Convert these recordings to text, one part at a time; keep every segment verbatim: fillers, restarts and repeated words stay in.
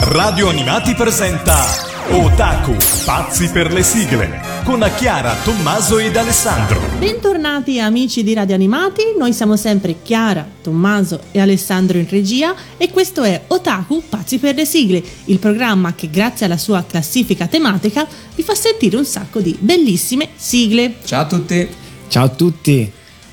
Radio Animati presenta Otaku, pazzi per le sigle, con Chiara, Tommaso ed Alessandro. Bentornati amici di Radio Animati, noi siamo sempre Chiara, Tommaso e Alessandro in regia e questo è Otaku, pazzi per le sigle, il programma che grazie alla sua classifica tematica vi fa sentire un sacco di bellissime sigle. Ciao a tutti. Ciao a tutti.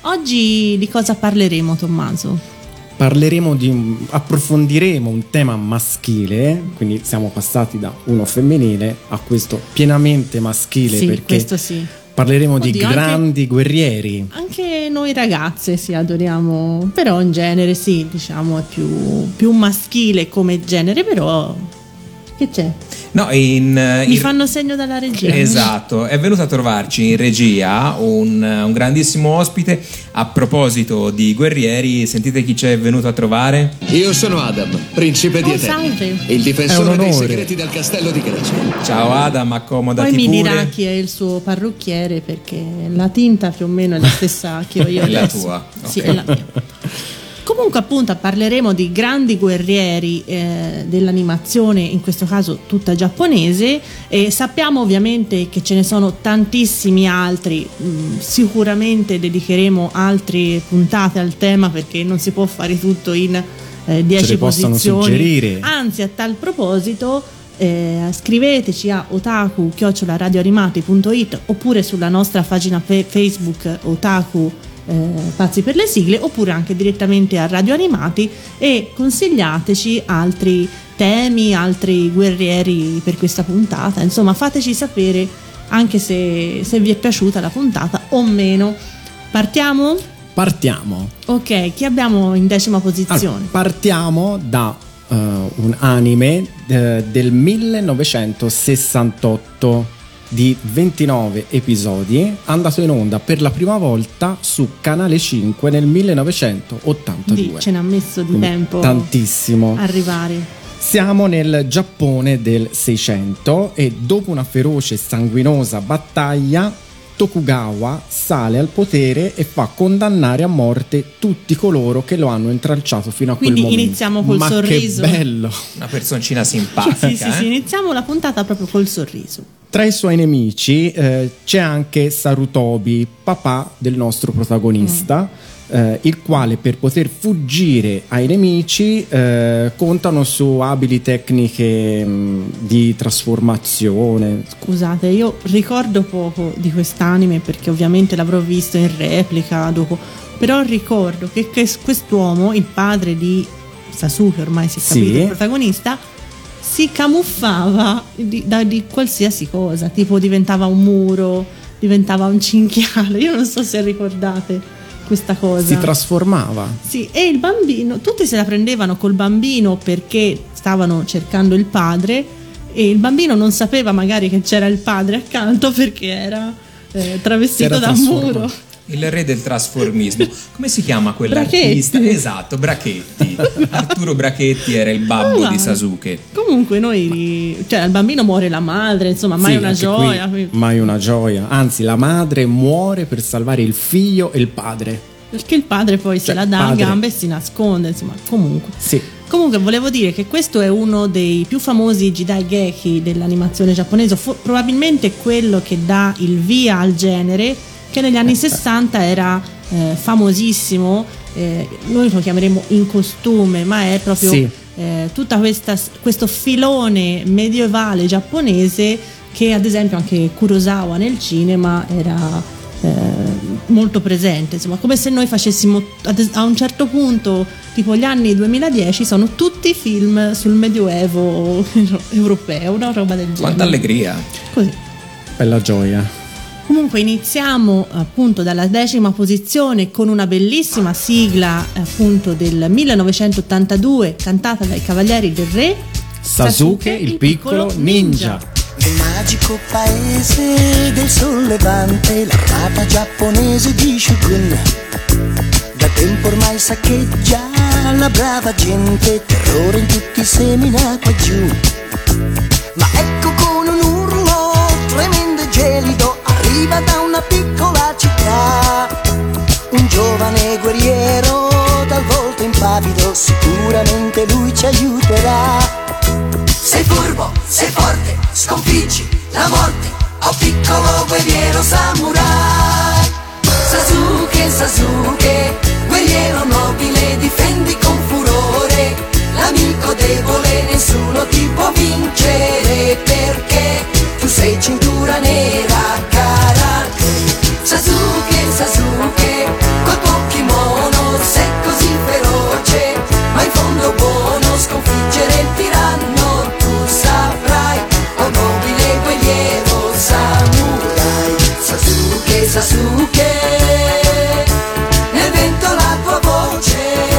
Oggi di cosa parleremo, Tommaso? Parleremo di, approfondiremo un tema maschile, quindi siamo passati da uno femminile a questo pienamente maschile, sì, perché questo sì. Parleremo Oddio, di grandi anche, guerrieri. Anche noi ragazze sì, adoriamo, però in genere sì, diciamo è più, più maschile come genere, però che c'è? No, in, Mi in... fanno segno dalla regia. Esatto, è venuto a trovarci in regia un, un grandissimo ospite. A proposito di guerrieri, sentite chi ci è venuto a trovare? Io sono Adam, principe di Oh, Eterne, salve. il difensore dei onore. segreti del castello di Grecia. Ciao Adam, accomodati Poi mi pure. dirà chi è il suo parrucchiere, perché la tinta più o meno è la stessa che ho io È la adesso. tua, Sì, ok. è la mia. Comunque appunto parleremo di grandi guerrieri eh, dell'animazione, in questo caso tutta giapponese, e sappiamo ovviamente che ce ne sono tantissimi altri. Mm, sicuramente dedicheremo altre puntate al tema perché non si può fare tutto in eh, dieci Ce le possono posizioni. suggerire. Anzi, a tal proposito eh, scriveteci a otaku chiocciola radioanimati punto it oppure sulla nostra pagina fe- Facebook Otaku Eh, pazzi per le sigle, oppure anche direttamente a Radio Animati, e consigliateci altri temi, altri guerrieri per questa puntata. Insomma, fateci sapere anche se, se vi è piaciuta la puntata o meno. Partiamo? Partiamo. Ok, chi abbiamo in decima posizione? Allora, partiamo da uh, un anime uh, del millenovecentosessantotto di ventinove episodi, andato in onda per la prima volta su Canale cinque nel millenovecentottantadue. Di, ce n'ha messo di Quindi tempo tantissimo arrivare. Siamo nel Giappone del seicento e dopo una feroce e sanguinosa battaglia Tokugawa sale al potere e fa condannare a morte tutti coloro che lo hanno intralciato fino a Quindi quel momento. iniziamo col Ma sorriso. che bello! Una personcina simpatica. Sì, sì, eh? sì, iniziamo la puntata proprio col sorriso. Tra i suoi nemici eh, c'è anche Sarutobi, papà del nostro protagonista, mm. eh, il quale per poter fuggire ai nemici eh, contano su abili tecniche mh, di trasformazione. Scusate, io ricordo poco di quest'anime perché ovviamente l'avrò visto in replica dopo, però ricordo che quest'uomo, il padre di Sasuke, ormai si è capito, Sì. il protagonista, si camuffava di, da, di qualsiasi cosa, tipo diventava un muro, diventava un cinghiale, io non so se ricordate questa cosa. Si trasformava. Sì, e il bambino, tutti se la prendevano col bambino perché stavano cercando il padre e il bambino non sapeva magari che c'era il padre accanto perché era eh, travestito Si era da muro. Il re del trasformismo. Come si chiama quell'artista? Brachetti. Esatto, Brachetti. Arturo Brachetti era il babbo Ah, di Sasuke. Comunque noi, cioè al bambino muore la madre, insomma, mai Sì, una anche gioia. qui, mai una gioia. Anzi, la madre muore per salvare il figlio e il padre. Perché il padre poi se Cioè, la dà a padre. gambe e si nasconde, insomma, comunque. Sì. Comunque volevo dire che questo è uno dei più famosi jidaigeki dell'animazione giapponese, fu- probabilmente quello che dà il via al genere, che negli anni sessanta era eh, famosissimo, eh, noi lo chiameremo in costume, ma è proprio Sì. eh, tutta questa questo filone medievale giapponese che ad esempio anche Kurosawa nel cinema era eh, molto presente, insomma, come se noi facessimo ad- a un certo punto, tipo gli anni duemiladieci, sono tutti film sul medioevo europeo, una roba del genere. Quanta allegria. Così. Bella gioia. Comunque iniziamo appunto dalla decima posizione con una bellissima sigla appunto del millenovecentottantadue cantata dai Cavalieri del Re, Sasuke, il piccolo ninja. Nel magico paese del sollevante, l'armata giapponese di Shogun da tempo ormai saccheggia la brava gente, terrore in tutti semina qua giù. Ma ecco con un urlo tremendo e gelido arriva da una piccola città un giovane guerriero dal volto impavido, sicuramente lui ci aiuterà. sconfiggi la morte, oh piccolo guerriero samurai. Sasuke, Sasuke, guerriero nobile, difendi con furore l'amico debole, nessuno ti può vincere perché tu sei cintura nera karate. Sasuke, Sasuke, col tuo kimono sei così feroce, ma in fondo buono, sconfiggere il tiranno tu saprai, oh nobile guerriero samurai. Sasuke, Sasuke, nel vento la tua voce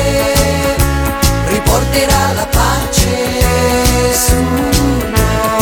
riporterà la pace su noi.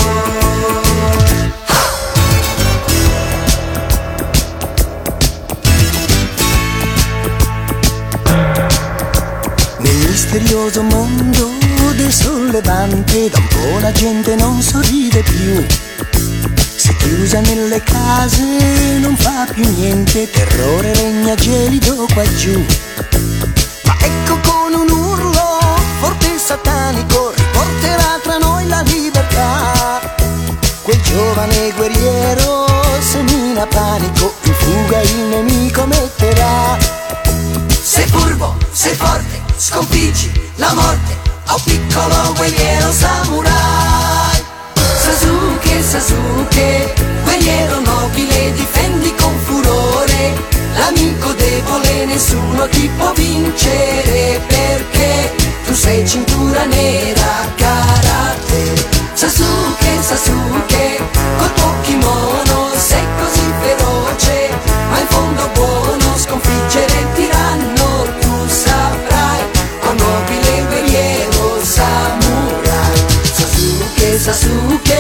Nel misterioso mondo del sollevante da un po' la gente non sorride più, si chiusa nelle case, non fa più niente, terrore regna gelido qua giù. Ma ecco con un urlo forte e satanico riporterà tra noi la libertà. Quel giovane guerriero semina panico, in fuga il nemico metterà. Sei furbo, sei forte, sconfiggi la morte, oh piccolo guerriero samurai. Sasuke, Sasuke, guerriero nobile, difendi con furore l'amico debole, nessuno ti può vincere perché tu sei cintura nera karate. Sasuke, Sasuke, col tuo kimono sei così feroce, ma in fondo buono, sconfiggere il tiranno tu saprai, oh nobile guerriero samurai. Sasuke, Sasuke,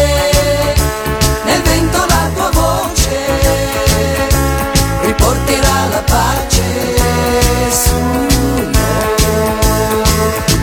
nel vento la tua voce riporterà la pace su noi.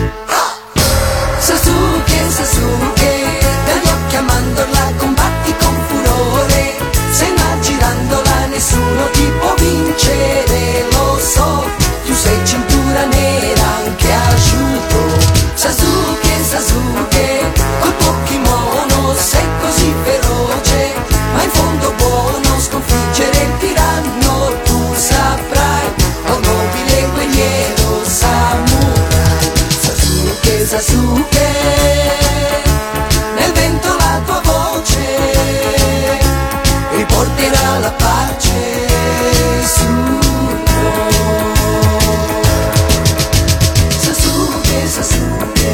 Sasuke, Sasuke, dagli occhi a mandorla combatti con furore, sei una girandola, nessuno ti può vincere, lo so, tu sei cintura nera anche a judo. Sasuke, Sasuke, col tuo kimono sei così feroce, ma in fondo buono, sconfiggere il tiranno tu saprai, oh nobile guerriero samurai. Sasuke, Sasuke, nel vento la tua voce riporterà la pace su noi. Sasuke, Sasuke,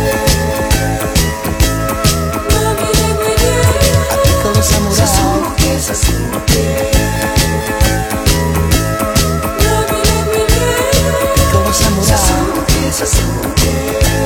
nobile guerriero, piccolo samurai. Sasuke, Sasuke, nobile guerriero, piccolo samurai. Sasuke, Sasuke,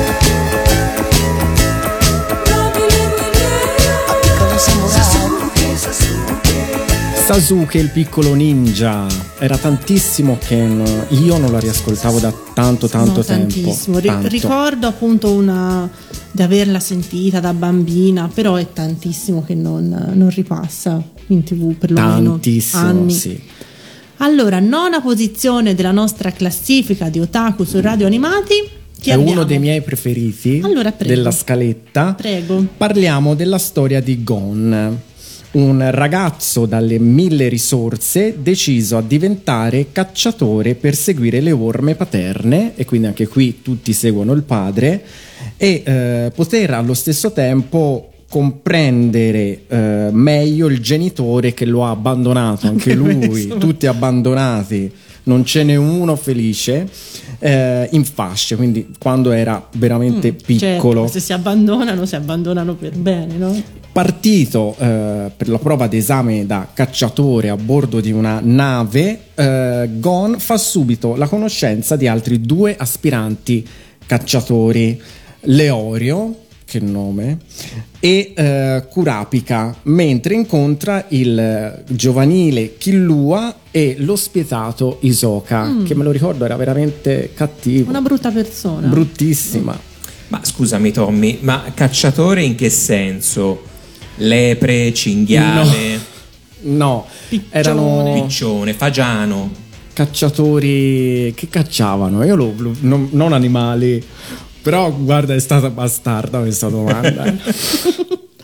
nobile guerriero, piccolo samurai. Sasuke, Sasuke. Sasuke il piccolo ninja, era tantissimo che n- io non la riascoltavo da tanto tanto No, tempo. tantissimo. Ri- tanto. Ricordo appunto una di averla sentita da bambina, però è tantissimo che non, non ripassa in tv, perlomeno Tantissimo, anni. sì. Allora, nona posizione della nostra classifica di Otaku su Radio Animati. Chi È abbiamo? uno dei miei preferiti Allora, prego. della scaletta. Prego. Parliamo della storia di Gon, un ragazzo dalle mille risorse deciso a diventare cacciatore per seguire le orme paterne, e quindi anche qui tutti seguono il padre, e eh, poter allo stesso tempo comprendere eh, meglio il genitore che lo ha abbandonato, anche lui, tutti abbandonati, non ce n'è uno felice, eh, in fasce, quindi quando era veramente piccolo. Certo, se si abbandonano, si abbandonano per bene, no? Partito eh, per la prova d'esame da cacciatore a bordo di una nave, eh, Gon fa subito la conoscenza di altri due aspiranti cacciatori, Leorio, che nome, e eh, Kurapika, mentre incontra il eh, giovanile Killua e lo spietato Hisoka, Mm. che me lo ricordo era veramente cattivo, Una brutta persona. bruttissima. Ma scusami Tommy, ma cacciatore in che senso? Lepre, cinghiale, No, Piccione. erano piccione, fagiano. cacciatori che cacciavano, io lo, lo- non, non animali, però guarda, è stata bastarda questa domanda.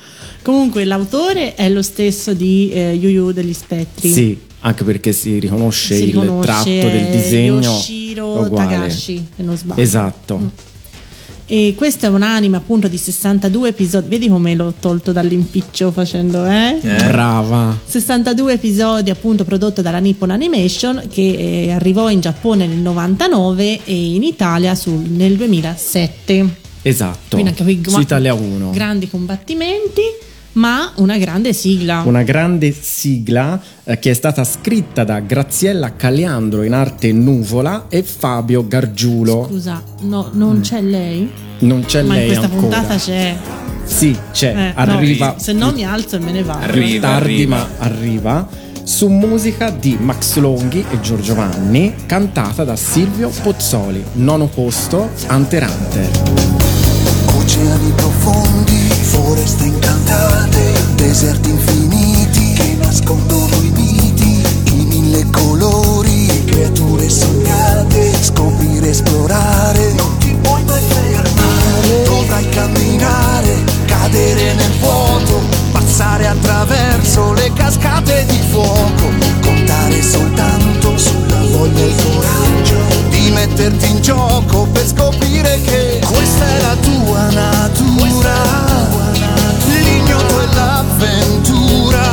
Comunque l'autore è lo stesso di eh, Yu Yu degli Spettri. Sì, anche perché si riconosce Si il riconosce, tratto del è disegno Yoshiro uguale. Takashi, se non sbaglio. Esatto. Mm. E questo è un anime appunto di sessantadue episodi. Vedi come l'ho tolto dall'impiccio facendo, eh? Eh? Brava. sessantadue episodi appunto prodotto dalla Nippon Animation, che eh, arrivò in Giappone nel novantanove e in Italia sul, nel duemilasette. Esatto. Quindi anche qui Su Italia uno. grandi combattimenti, ma una grande sigla. Una grande sigla eh, che è stata scritta da Graziella Caliandro in arte Nuvola e Fabio Gargiulo. Scusa, no, non c'è lei? Non c'è Ma in lei questa ancora. puntata c'è. Sì, c'è. Eh, arriva. no, se no mi alzo e me ne vado. Arriva. tardi, arriva. ma arriva. Su musica di Max Longhi e Giorgio Vanni, cantata da Silvio Pozzoli. Nono posto, Hunter x Hunter. Oceani profondi, foreste incantate, deserti infiniti che nascondono i miti, i mille colori, creature sognate, scoprire, esplorare, non ti puoi mai fermare, dovrai camminare, cadere nel vuoto, passare attraverso le cascate di fuoco, contare soltanto sulla voglia e il coraggio di metterti in gioco per scoprire che questa è la tua natura, l'ignoto e l'avventura.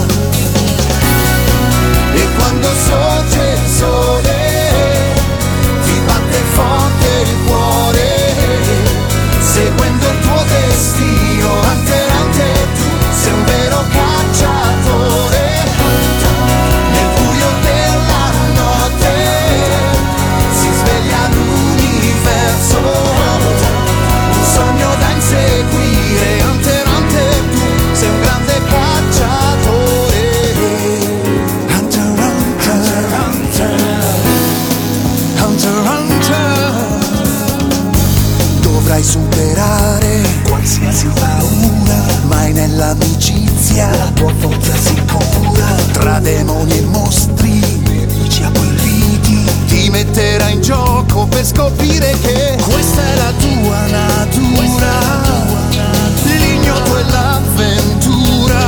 E quando sorge il sole ti batte forte il cuore, seguendo il tuo destino. Hunter x Hunter, tu sei un vero cacciatore. Nel buio della notte si sveglia l'universo, un sogno da inseguire. Hunter x Hunter, tu sei un grande cacciatore. Hunter x Hunter, Hunter x Hunter, dovrai superare qualsiasi paura, mai nell'amicizia la tua forza sicura. Tra demoni e mostri, nemici aguerriti, ti metterai in gioco per scoprire che questa è la tua natura, l'ignoto e l'avventura.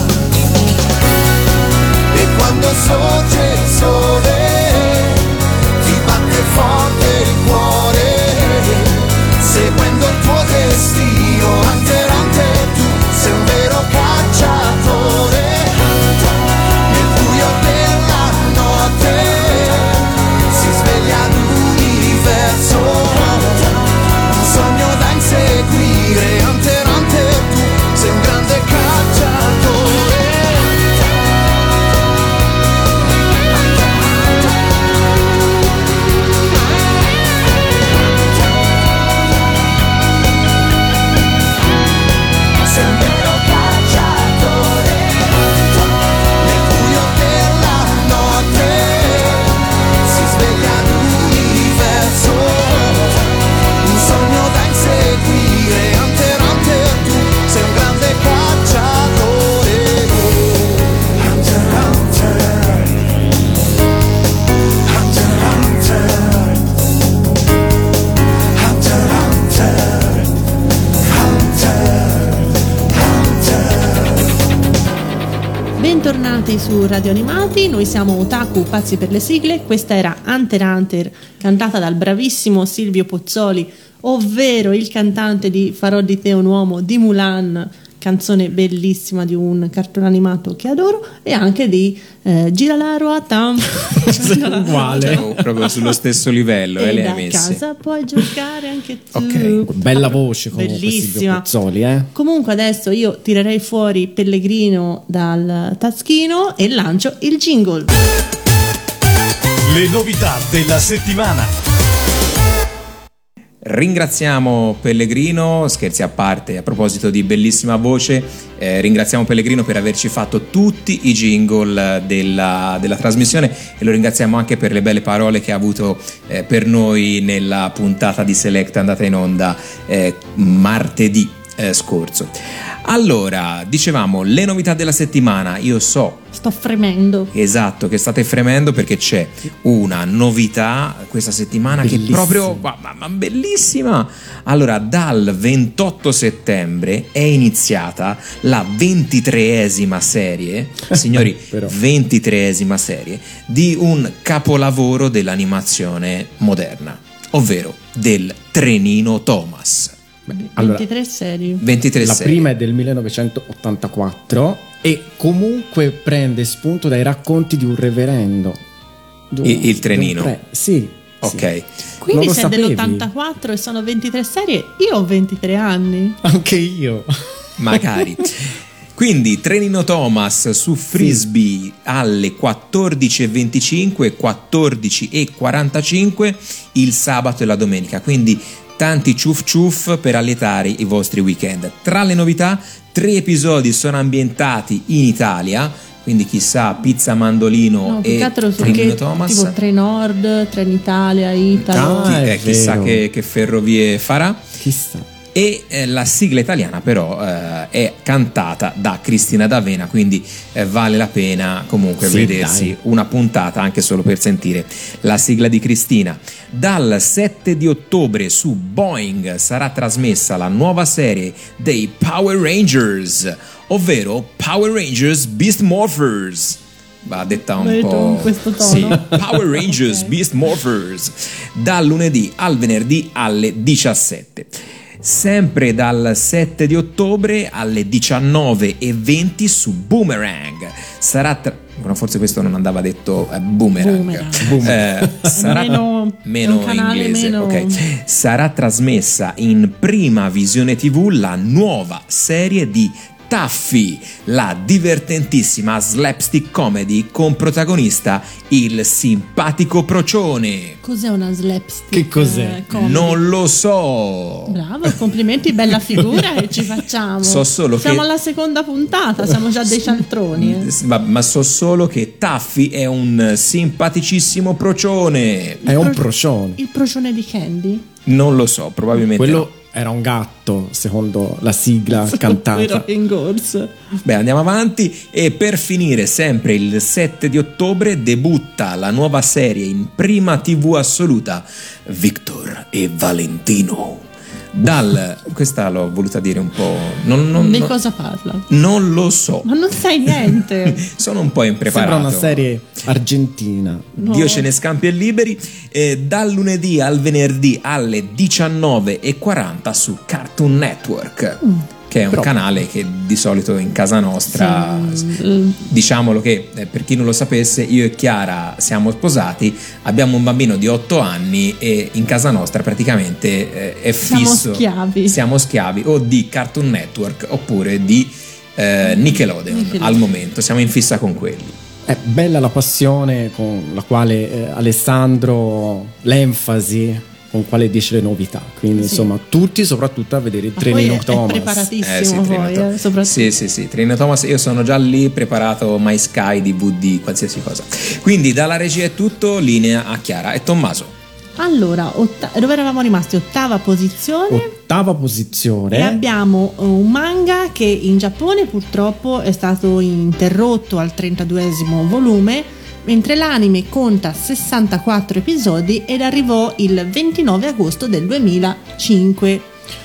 E quando sorge il sole ti batte forte il cuore, seguendo il tuo destino. Hunter x Hunter, tu sei un vero cacciatore. Nel buio della notte si sveglia l'universo, un sogno da inseguire. Hunter x Hunter, tu sei un grande cacciatore. Sei un vero cacciatore. Nel buio della notte si sveglia l'universo, un sogno da inseguire. Hunter x Hunter, tu sei un grande cacciatore. Hunter x Hunter, Hunter x Hunter, Hunter x Hunter. Bentornati su Radio Animati, noi siamo Otaku pazzi per le sigle. Questa era Hunter x Hunter, cantata dal bravissimo Silvio Pozzoli, ovvero il cantante di Farò di te un uomo di Mulan, canzone bellissima di un cartone animato che adoro, e anche di eh, Gira la ruota. Uguale. Siamo proprio sullo stesso livello, eh, E le da hai messe. casa puoi giocare anche tu. Ok. Bella voce comunque Silvio Bellissima. Pozzoli, eh? Comunque adesso io tirerei fuori Pellegrino dal taschino e lancio il jingle. Le novità della settimana. Ringraziamo Pellegrino, scherzi a parte, a proposito di bellissima voce, eh, ringraziamo Pellegrino per averci fatto tutti i jingle della, della trasmissione, e lo ringraziamo anche per le belle parole che ha avuto eh, per noi nella puntata di Select andata in onda eh, martedì. eh, scorso. Allora, dicevamo le novità della settimana. Io so, Sto fremendo. esatto, che state fremendo perché c'è una novità questa settimana Bellissima. che è proprio ma, ma- ma bellissima. Allora, dal ventotto settembre è iniziata la ventitreesima serie, signori, Però. ventitreesima serie di un capolavoro dell'animazione moderna, ovvero del Trenino Thomas. Allora, ventitré serie. ventitré la serie. prima è del millenovecentottantaquattro e comunque prende spunto dai racconti di un reverendo. Di un- Il- il trenino? di un pre- sì. Ok. sì. Quindi Non lo se è sapevi? dell'ottantaquattro e sono ventitré serie, io ho ventitré anni. Anche io. Magari. Quindi Trenino Thomas su Frisbee alle quattordici e venticinque, quattordici e quarantacinque il sabato e la domenica, quindi tanti ciuff ciuff per allietare i vostri weekend. Tra le novità, tre episodi sono ambientati in Italia, quindi chissà Pizza Mandolino No, più e che altro su Trenino che, Thomas. tipo Trenord, Trenitalia, Italo. Ah, è Eh, chissà vero. che, che ferrovie farà. Chissà. E eh, la sigla italiana però eh, è cantata da Cristina D'Avena, quindi eh, vale la pena comunque Sì, vedersi dai. una puntata anche solo per sentire la sigla di Cristina. Dal sette di ottobre su Boeing sarà trasmessa la nuova serie dei Power Rangers, ovvero Power Rangers Beast Morphers. Va detta un L'hai detto po' con questo tono? Sì, Power Rangers Ok. Beast Morphers, dal lunedì al venerdì alle diciassette. Sempre dal sette di ottobre alle diciannove e venti su Boomerang sarà tra- no, forse questo non andava detto eh, Boomerang, Boomerang. Eh, sarà Meno- meno è un canale inglese, meno- ok. Sarà trasmessa in prima visione tivù la nuova serie di Taffy, la divertentissima slapstick comedy con protagonista il simpatico procione. Cos'è una slapstick? Che cos'è? eh, comedy? Non lo so. Bravo, complimenti, bella figura che ci facciamo. So solo siamo che- alla seconda puntata, siamo già dei cialtroni. eh. Ma, ma so solo che Taffy è un simpaticissimo procione. È un pro- procione. Il procione di Candy? Non lo so, probabilmente Quello no. era un gatto, secondo la sigla cantata. Vero, in Gorse. Beh, andiamo avanti e per finire sempre il sette di ottobre debutta la nuova serie in prima tivù assoluta, Victor e Valentino. Dal questa l'ho voluta dire un po'. Non, non, Di non- cosa parla? non lo so. Ma non sai niente. Sono un po' impreparato. Sembra una serie argentina. No. Dio ce ne scampi e liberi. Eh, dal lunedì al venerdì alle diciannove e quaranta su Cartoon Network, che è un Però- canale che di solito in casa nostra, Sì, mm, diciamolo che eh, per chi non lo sapesse, io e Chiara siamo sposati, abbiamo un bambino di otto anni e in casa nostra praticamente eh, è Siamo fisso. schiavi. Siamo schiavi o di Cartoon Network oppure di eh, Nickelodeon. Nickelodeon. Al momento siamo in fissa con quelli. È bella la passione con la quale eh, Alessandro, l'enfasi con quale dice le novità. Quindi Sì. insomma tutti soprattutto a vedere il Ma poi Trenino è, è Thomas. preparatissimo Trino poi, To- eh, soprattutto. sì, sì, sì, Trino Thomas, io sono già lì preparato My Sky, D V D, qualsiasi cosa. Quindi dalla regia è tutto, linea a Chiara e Tommaso. Allora, otta- dove eravamo rimasti? Ottava posizione. Ottava E posizione. abbiamo uh, un manga che in Giappone purtroppo è stato interrotto al trentaduesimo volume, mentre l'anime conta sessantaquattro episodi ed arrivò il ventinove agosto del duemilacinque.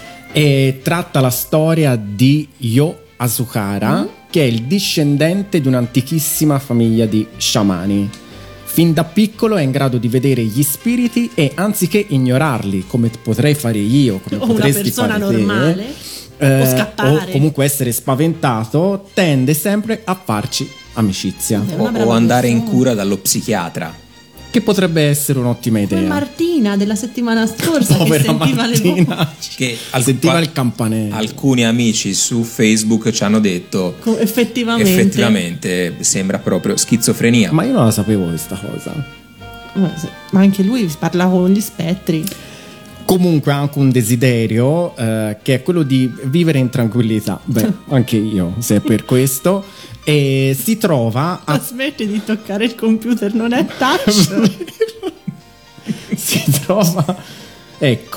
E tratta la storia di Yo Asukara, che è il discendente di un'antichissima famiglia di sciamani. Fin da piccolo è in grado di vedere gli spiriti e anziché ignorarli, come potrei fare io, come O una potresti persona fare te, normale, eh, o scappare. o comunque essere spaventato, tende sempre a farci amicizia. È O, una brava o andare in persona. cura dallo psichiatra. Che potrebbe essere un'ottima Come idea. Martina della settimana scorsa che Povera sentiva le Martina. voci. Che al- Sentiva qua- il campanello. Alcuni amici su Facebook ci hanno detto Co- effettivamente. effettivamente sembra proprio schizofrenia. Ma io non la sapevo questa cosa. Ma se- ma anche lui parla con gli spettri. Comunque ha anche un desiderio eh, che è quello di vivere in tranquillità. Beh, anche io, se è per questo. E si trova Ma a, smetti di toccare il computer, non è touch. si trova, ecco,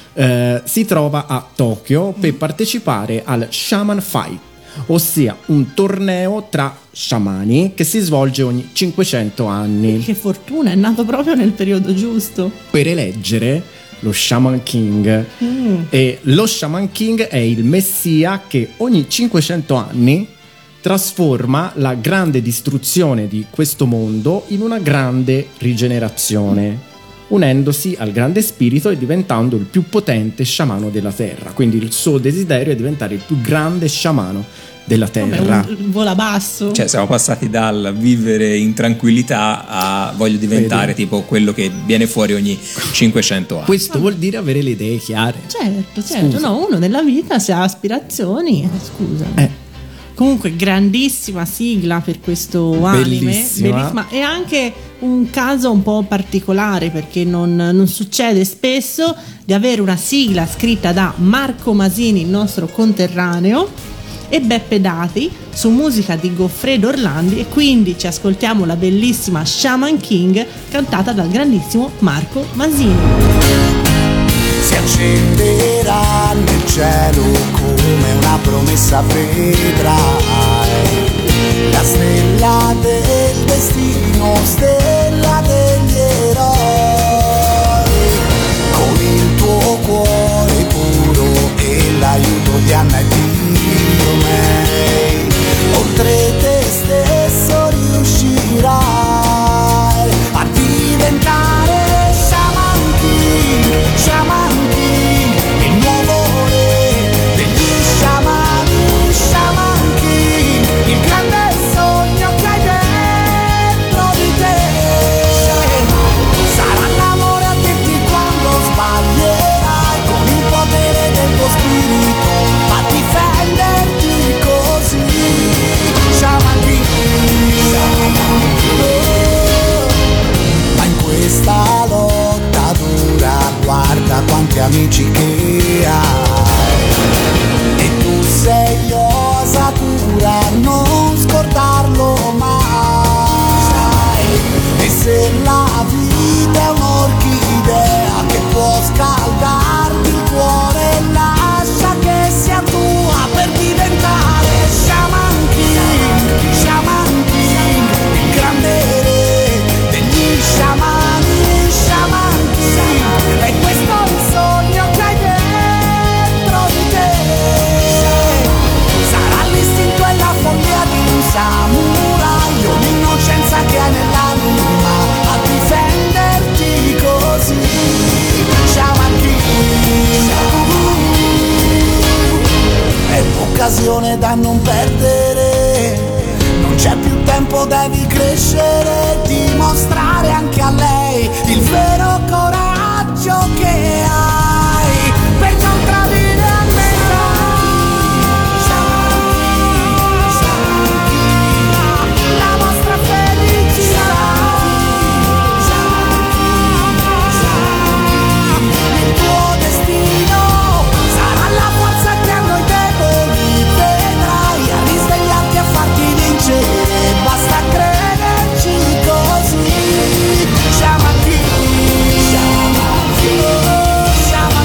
eh, si trova a Tokyo per partecipare al Shaman Fight, ossia un torneo tra sciamani che si svolge ogni cinquecento anni. Che fortuna, è nato proprio nel periodo giusto. Per eleggere lo Shaman King. Mm. E lo Shaman King è il messia che ogni cinquecento anni trasforma la grande distruzione di questo mondo in una grande rigenerazione, unendosi al grande spirito e diventando il più potente sciamano della terra. Quindi il suo desiderio è diventare il più grande sciamano della terra. Vabbè, un, vola basso. Cioè siamo passati dal vivere in tranquillità a voglio diventare Vedi. tipo quello che viene fuori ogni cinquecento anni. Questo ah. vuol dire avere le idee chiare. Certo, certo. Scusa. No, uno nella vita se ha aspirazioni, eh, scusa. Eh. Comunque grandissima sigla per questo anime, bellissima. bellissima. È anche un caso un po' particolare perché non, non succede spesso di avere una sigla scritta da Marco Masini, il nostro conterraneo, e Beppe Dati su musica di Goffredo Orlandi, e quindi ci ascoltiamo la bellissima Shaman King cantata dal grandissimo Marco Masini. Si accenderà nel cielo come una promessa, vedrai la stella del destino, stella degli eroi, con il tuo cuore puro e l'aiuto di Anna e Diomei, oltre te stesso riuscirai a diventare Shaman King, Shaman King, il nuovo re degli sciamani, Shaman King, il grande sogno che hai dentro di te. Sarà l'amore a dirti quando sbaglierai, con il potere del tuo spirito a difenderti così. Shaman King, ma in questa lotta dura guarda quanti amici che hai, e tu sei osatura, non scordarlo mai. E se la vita è un'orchidea che può scaldarti il cuore, lascia che sia tua per diventare Shaman King, Shaman King, il grande re degli sciamani, Shaman King. E questo è il sogno che hai dentro di te. Sarà l'istinto e la follia di un samurai, o l'innocenza che hai nell'anima a difenderti così. Shaman King, è un'occasione da non perdere, non c'è più tempo, devi crescere, dimostrare anche a lei il vero coraggio che hai per non tradire a metà. La vostra felicità, il tuo destino sarà la forza che a noi deboli vedrai a risvegliarti, a farti vincere, basta crederci così. Shaman King, Shaman King, Shaman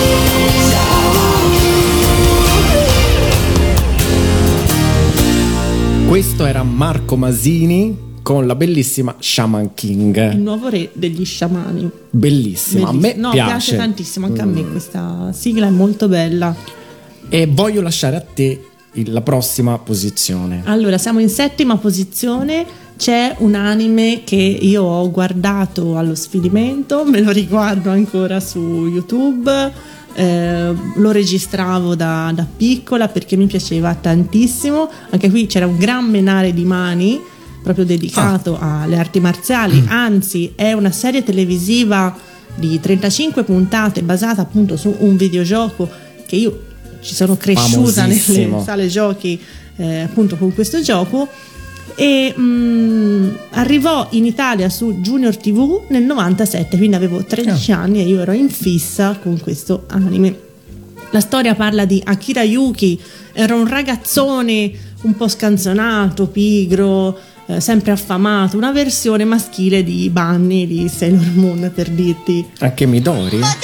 King. Questo era Marco Masini con la bellissima Shaman King. Il nuovo re degli sciamani. Bellissima, a me no, piace. piace tantissimo anche a me, questa sigla è molto bella. E voglio lasciare a te il- la prossima posizione. Allora, siamo in settima posizione. C'è un anime che io ho guardato allo sfinimento, me lo riguardo ancora su YouTube, eh, lo registravo da, da piccola perché mi piaceva tantissimo. Anche qui c'era un gran menare di mani proprio dedicato ah. alle arti marziali, anzi è una serie televisiva di trentacinque puntate basata appunto su un videogioco che io ci sono cresciuta nelle Famosissimo. sale giochi, eh, appunto con questo gioco, e mh, arrivò in Italia su Junior tivù nel novantasette, quindi avevo tredici anni e io ero in fissa con questo anime. La storia parla di Akira Yuki, era un ragazzone un po' scanzonato, pigro, eh, sempre affamato, una versione maschile di Bunny di Sailor Moon, per dirti. Anche Midori? Potere del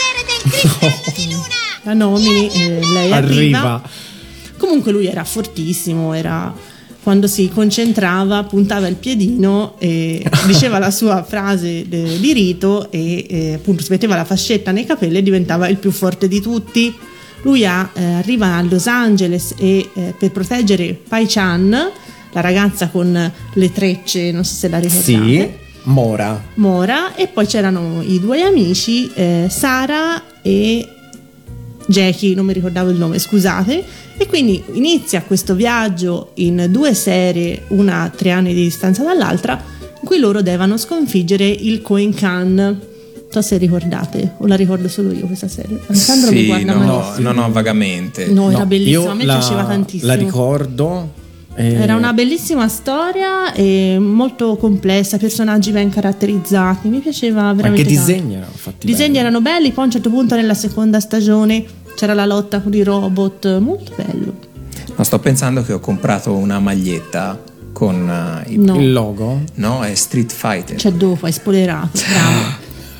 la nomini, eh, lei arriva. Arriva. Comunque lui era fortissimo, era, quando si concentrava puntava il piedino e diceva la sua frase de- di rito e eh, appunto si metteva la fascetta nei capelli e diventava il più forte di tutti. Lui ha, eh, arriva a Los Angeles e eh, per proteggere Pai Chan, la ragazza con le trecce, non so se la ricordate. Sì, Mora. Mora, e poi c'erano i due amici, eh, Sara e Jackie, non mi ricordavo il nome, scusate, e quindi inizia questo viaggio in due serie, una a tre anni di distanza dall'altra, in cui loro devono sconfiggere il Kohen Khan. Non so se ricordate, o la ricordo solo io questa serie. Alessandro sì, mi guarda no, malissimo. no, no, vagamente. No, era No, bellissima, io a me la, piaceva tantissimo. La ricordo. eh, Era una bellissima storia e molto complessa, personaggi ben caratterizzati, mi piaceva veramente Anche i tanto. disegni erano fatti I disegni bene. erano belli, poi a un certo punto nella seconda stagione c'era la lotta con i robot, molto bello. No, sto pensando che ho comprato una maglietta con uh, i- No, Il logo? no, è Street Fighter. c'è dopo, hai spoilerato, bravo.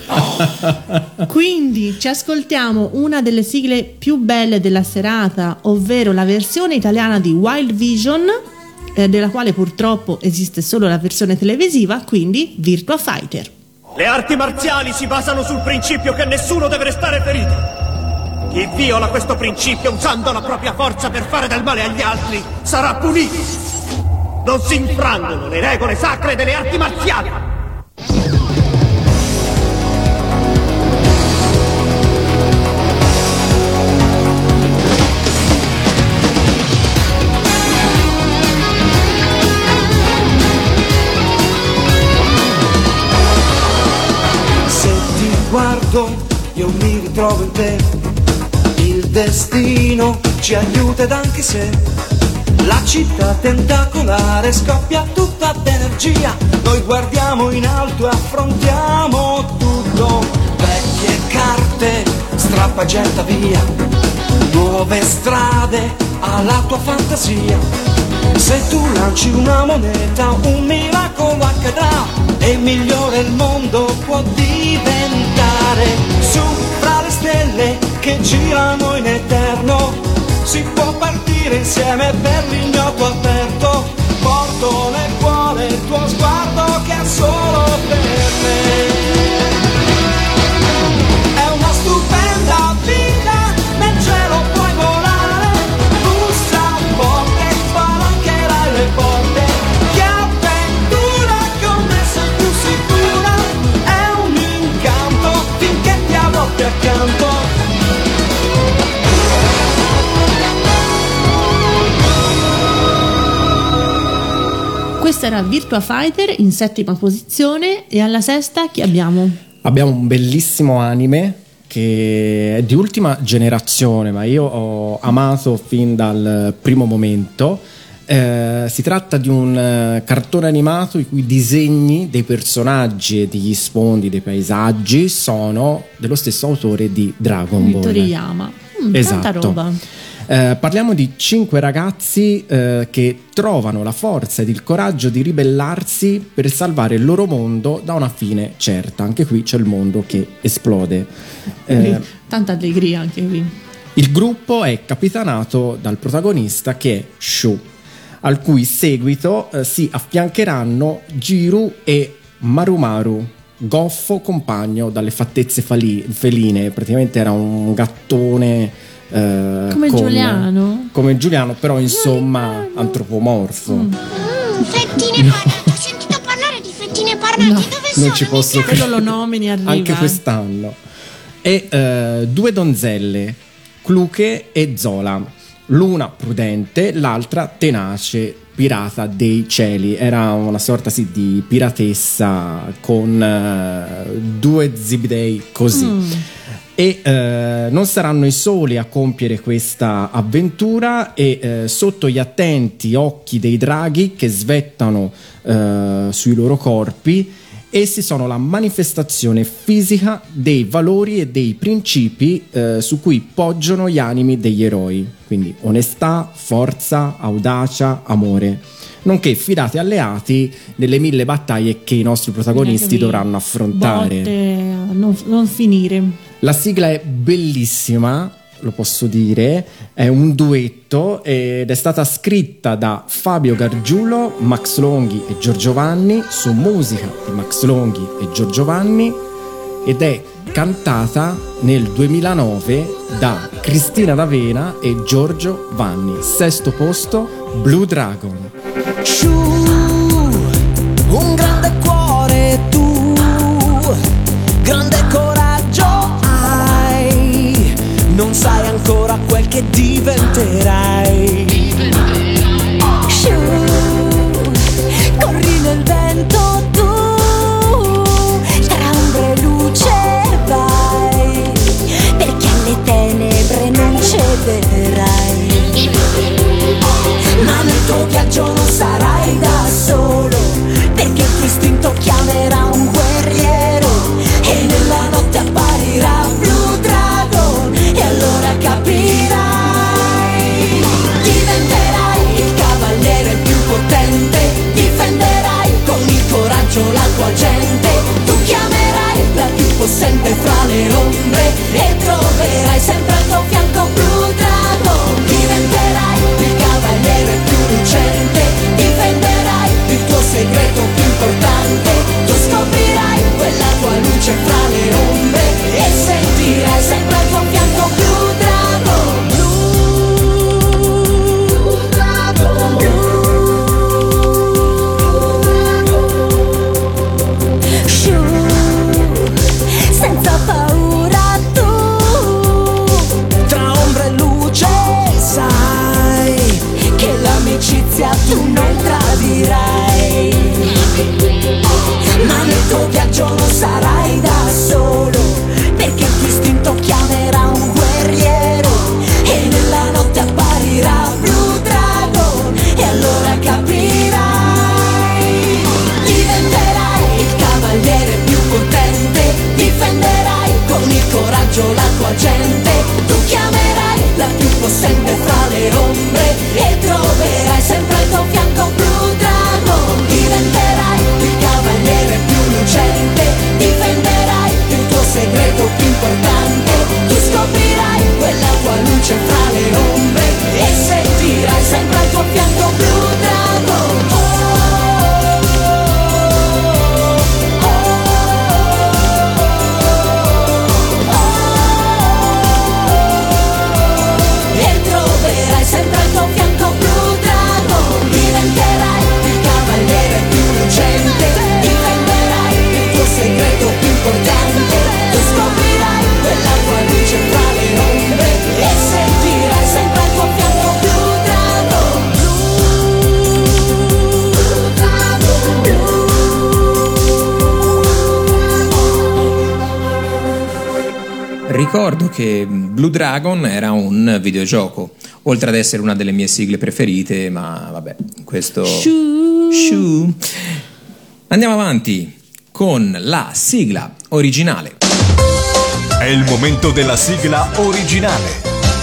Quindi ci ascoltiamo una delle sigle più belle della serata, ovvero la versione italiana di Wild Vision, eh, della quale purtroppo esiste solo la versione televisiva, quindi Virtua Fighter. Le arti marziali si basano sul principio che nessuno deve restare ferito. Chi viola questo principio usando la propria forza per fare del male agli altri sarà punito. Non si infrangono le regole sacre delle arti marziali. Se ti guardo io mi ritrovo in te, il destino ci aiuta ed anche se la città tentacolare scoppia tutta d'energia, noi guardiamo in alto e affrontiamo tutto, vecchie carte strappa getta via, nuove strade alla tua fantasia, se tu lanci una moneta un miracolo accadrà e migliore il mondo può diventare, su fra le stelle che girano in eterno si può partire insieme per l'ignoto aperto, porto nel cuore il tuo sguardo che è solo per me, è una stupenda vita, nel cielo puoi volare, bussa forte, spalancherai le porte, che avventura con me sei più sicura, è un incanto finché ti avrò più accanto. Questa era Virtua Fighter in settima posizione, e alla sesta chi abbiamo? Abbiamo un bellissimo anime che è di ultima generazione, ma io ho amato fin dal primo momento. Eh, si tratta di un eh, cartone animato i cui disegni dei personaggi e degli sfondi, dei paesaggi sono dello stesso autore di Dragon Ball. Toriyama. Mm, Esatto. Tanta roba. Eh, parliamo di cinque ragazzi eh, che trovano la forza ed il coraggio di ribellarsi per salvare il loro mondo da una fine certa. Anche qui c'è il mondo che esplode. Eh, Tanta allegria anche qui. il gruppo è capitanato dal protagonista che è Shu, al cui seguito eh, si affiancheranno Jiru e Marumaru, goffo compagno dalle fattezze fali- feline. Praticamente era un gattone eh, Come con- Giuliano? come Giuliano, però insomma antropomorfo. Fettine parlate, ho sentito parlare di fettine parlate, No, dove sono? Non ci posso Mi Quello lo nomini, arriva. anche quest'anno. E eh, due donzelle, Cluche e Zola, l'una prudente, l'altra tenace, pirata dei cieli. Era una sorta sì, di piratessa con eh, due zibidei così. Mm. E eh, non saranno i soli a compiere questa avventura, e eh, sotto gli attenti occhi dei draghi che svettano eh, sui loro corpi, essi sono la manifestazione fisica dei valori e dei principi eh, su cui poggiano gli animi degli eroi, quindi onestà, forza, audacia, amore, nonché fidati alleati nelle mille battaglie che i nostri protagonisti Anche qui, dovranno affrontare. botte a non, non finire. La sigla è bellissima, lo posso dire, è un duetto ed è stata scritta da Fabio Gargiulo, Max Longhi e Giorgio Vanni su musica di Max Longhi e Giorgio Vanni ed è cantata nel duemilanove da Cristina D'Avena e Giorgio Vanni. Sesto posto, Blue Dragon. Sciù, un grande cuore tu, grande coraggio hai, non sai ancora quel che diventerai. Sciù, corri nel vento tu, tra ombre e luce vai, perché alle tenebre non cederai. Ma nel tuo viaggio non sarai da solo, perché il tuo istinto chiamerà un guerriero e nella notte apparirà Blue Dragon e allora capirai. Diventerai il cavaliere più potente, difenderai con il coraggio la tua gente. Tu chiamerai la più possente fra le ombre e troverai sempre al tuo fianco Blue Dragon. Diventerai il cavaliere più lucente, difenderai il tuo segreto più importante. Tu scoprirai quella tua luce fra le ombre e sentirai sempre al tuo fianco Blue Dragon. Blue Dragon, Blue. Shoo, senza paura tu, tra ombra e luce sai che l'amicizia tu non tradirai. Ma nel tuo viaggio non sarai da solo, perché il tuo istinto chiamerà un guerriero e nella notte apparirà Blue Dragon e allora capirai. Diventerai il cavaliere più potente, difenderai con il coraggio la tua gente. Tu chiamerai la più possente fra le ombre e troverai sempre al tuo fianco Blue Dragon. Diventerai il cavaliere più lucente, difenderai il tuo segreto più importante. Tu scoprirai quella tua luce fra le ombre e sentirai sempre al tuo fianco Blue Dragon. Oh, oh, oh, oh. E troverai sempre al tuo fianco Blue Dragon. Diventerai il cavaliere più lucente, difenderai il tuo segreto più importante. Tu scoprirai quella tua luce fra le ombre e sentirai sempre al tuo fianco Blue Dragon. Blue Dragon, Blue. Ricordo che Blue Dragon era un videogioco, oltre ad essere una delle mie sigle preferite, ma vabbè, questo... Shoo. Shoo. Andiamo avanti con la sigla originale. È il momento della sigla originale.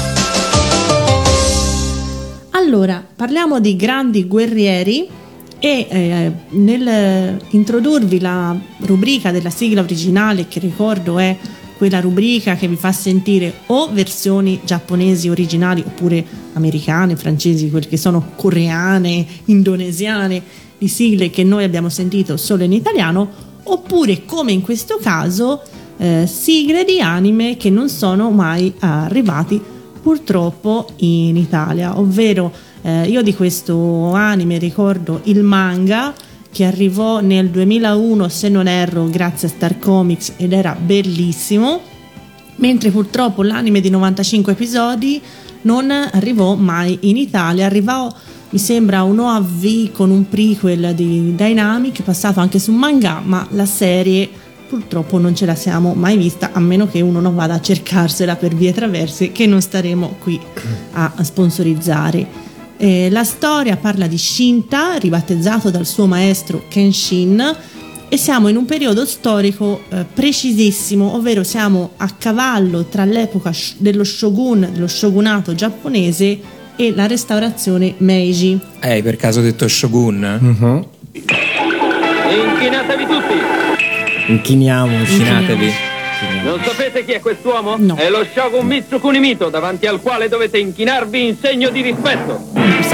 Allora, parliamo di grandi guerrieri e eh, nel introdurvi la rubrica della sigla originale, che ricordo è quella rubrica che vi fa sentire o versioni giapponesi originali oppure americane, francesi, quelle che sono coreane, indonesiane, di sigle che noi abbiamo sentito solo in italiano, oppure come in questo caso eh, sigle di anime che non sono mai arrivati purtroppo in Italia, ovvero eh, io di questo anime ricordo il manga che arrivò nel duemilauno, se non erro, grazie a Star Comics, ed era bellissimo, mentre purtroppo l'anime di novantacinque episodi non arrivò mai in Italia. Arrivò, mi sembra, un O A V con un prequel di Dynamic passato anche su manga, ma la serie purtroppo non ce la siamo mai vista, a meno che uno non vada a cercarsela per vie traverse, che non staremo qui a sponsorizzare. Eh, la storia parla di Shinta, ribattezzato dal suo maestro Kenshin, e siamo in un periodo storico eh, precisissimo, ovvero siamo a cavallo tra l'epoca sh- dello shogun, dello shogunato giapponese, e la restaurazione Meiji. Eh, hai per caso detto shogun? Uh-huh. Inchinatevi tutti! Inchiniamoci. Inchinatevi. Inchiniamoci. Non sapete chi è quest'uomo? No. È lo Shogun Mitsu Kunimito, davanti al quale dovete inchinarvi in segno di rispetto.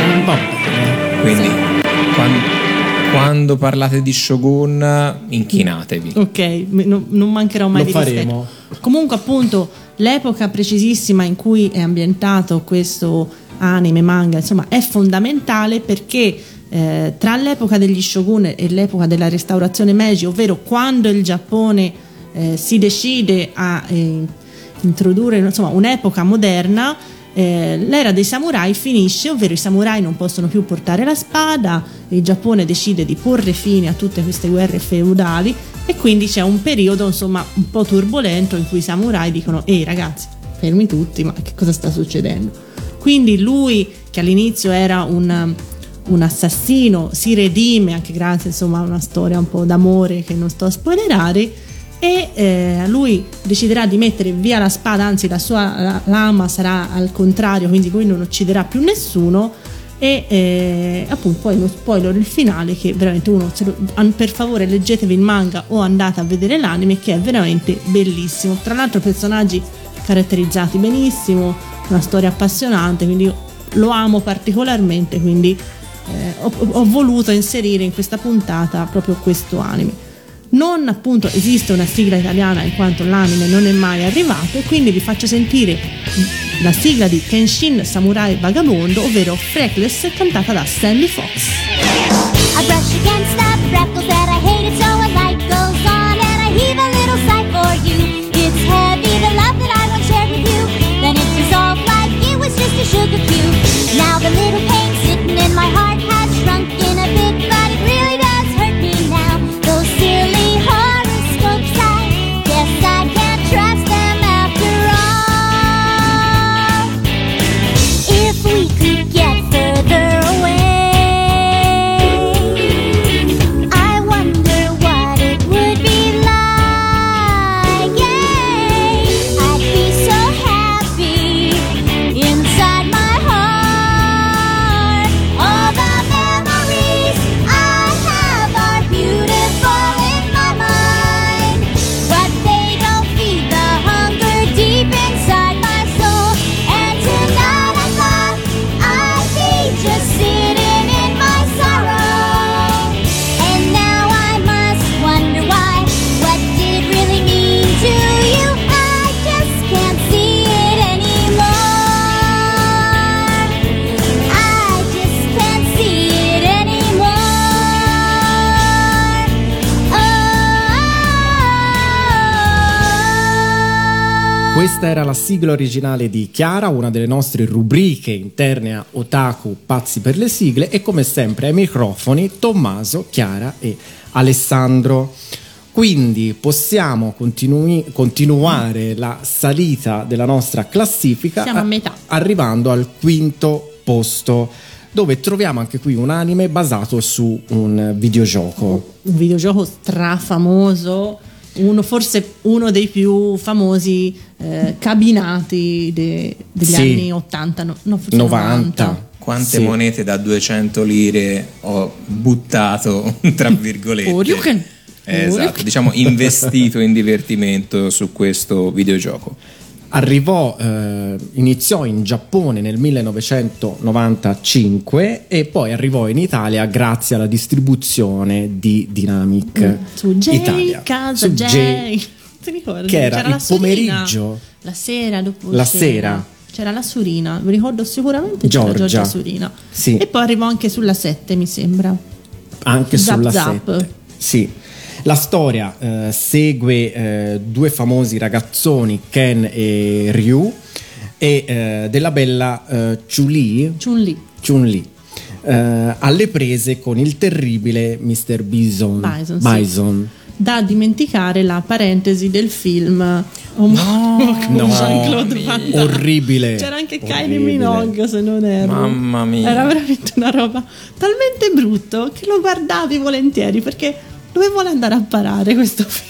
Quindi, quando, quando parlate di Shogun, inchinatevi. Ok, no, non mancherò mai Lo di faremo. rispetto. Comunque, appunto, l'epoca precisissima in cui è ambientato questo anime, manga, insomma, è fondamentale perché eh, tra l'epoca degli Shogun e l'epoca della restaurazione Meiji, ovvero quando il Giappone eh, si decide a eh, introdurre, insomma, un'epoca moderna, eh, l'era dei samurai finisce, ovvero i samurai non possono più portare la spada, il Giappone decide di porre fine a tutte queste guerre feudali e quindi c'è un periodo, insomma, un po' turbolento in cui i samurai dicono: ehi ragazzi, fermi tutti, ma che cosa sta succedendo? Quindi lui, che all'inizio era un, un assassino, si redime anche grazie, insomma, a una storia un po' d'amore che non sto a spoilerare, e eh, lui deciderà di mettere via la spada, anzi la sua lama sarà al contrario, quindi lui non ucciderà più nessuno. E eh, appunto poi lo spoiler, il finale, che veramente uno se lo, per favore leggetevi il manga o andate a vedere l'anime, che è veramente bellissimo. Tra l'altro personaggi caratterizzati benissimo, una storia appassionante, quindi io lo amo particolarmente, quindi eh, ho, ho voluto inserire in questa puntata proprio questo anime. Non appunto esiste una sigla italiana in quanto l'anime non è mai arrivato, e quindi vi faccio sentire la sigla di Kenshin Samurai Vagabondo, ovvero Freckles, cantata da Sandy Fox. I brush against the freckles that I hated, so a light goes on and I heave a little sigh for you. It's heavy, the love that I once shared with you, then it dissolved like it was just a sugar cube. Now the little pain sitting in my heart has shrunk in a bit, but it really does hurt me now. Those silly horoscopes, I guess I can't trust them after all. If we could get further away, I wonder what it would be like. Yeah, I'd be so happy inside my heart. All the memories I have are beautiful in my mind, but they don't feed the hunger deep inside my soul. And tonight I thought I'd be just sitting in my sorrow, and now I must wonder why. What did it really mean to you? I just can't see it anymore. I just can't see it anymore. Oh. Questa era la sigla originale di Chiara, una delle nostre rubriche interne a Otaku Pazzi per le sigle, e come sempre ai microfoni Tommaso, Chiara e Alessandro. Quindi possiamo continui- continuare la salita della nostra classifica, Siamo a metà. arrivando al quinto posto, dove troviamo anche qui un anime basato su un videogioco. Un videogioco strafamoso, uno forse uno dei più famosi eh, cabinati de- degli Sì. anni ottanta, no, no, forse novanta. Quante Sì. monete da duecento lire ho buttato, tra virgolette. Oriuken. Esatto, Oriuken. diciamo investito in divertimento su questo videogioco. Arrivò, eh, iniziò in Giappone nel millenovecentonovantacinque e poi arrivò in Italia grazie alla distribuzione di Dynamic Su J, Italia. casa Su J. J, Ti ricordi? che era C'era il la Surina. pomeriggio. La sera dopo La cena. sera. C'era la Surina, mi ricordo sicuramente Giorgia. c'era Giorgia Surina. Sì. E poi arrivò anche sulla sette, mi sembra. Anche Zap sulla Zap. sette. Sì. La storia eh, segue eh, due famosi ragazzoni, Ken e Ryu, e eh, della bella eh, Chun-Li, Chun-Li. Chun-Li eh, alle prese con il terribile mister Bison. Bison, sì. Bison. Da dimenticare la parentesi del film Homo- con no, Jean-Claude Van Damme. orribile. C'era anche Kylie Orribile. Minogue, se non erro. Mamma mia. Era veramente una roba talmente brutto che lo guardavi volentieri, perché dove vuole andare a parare questo film?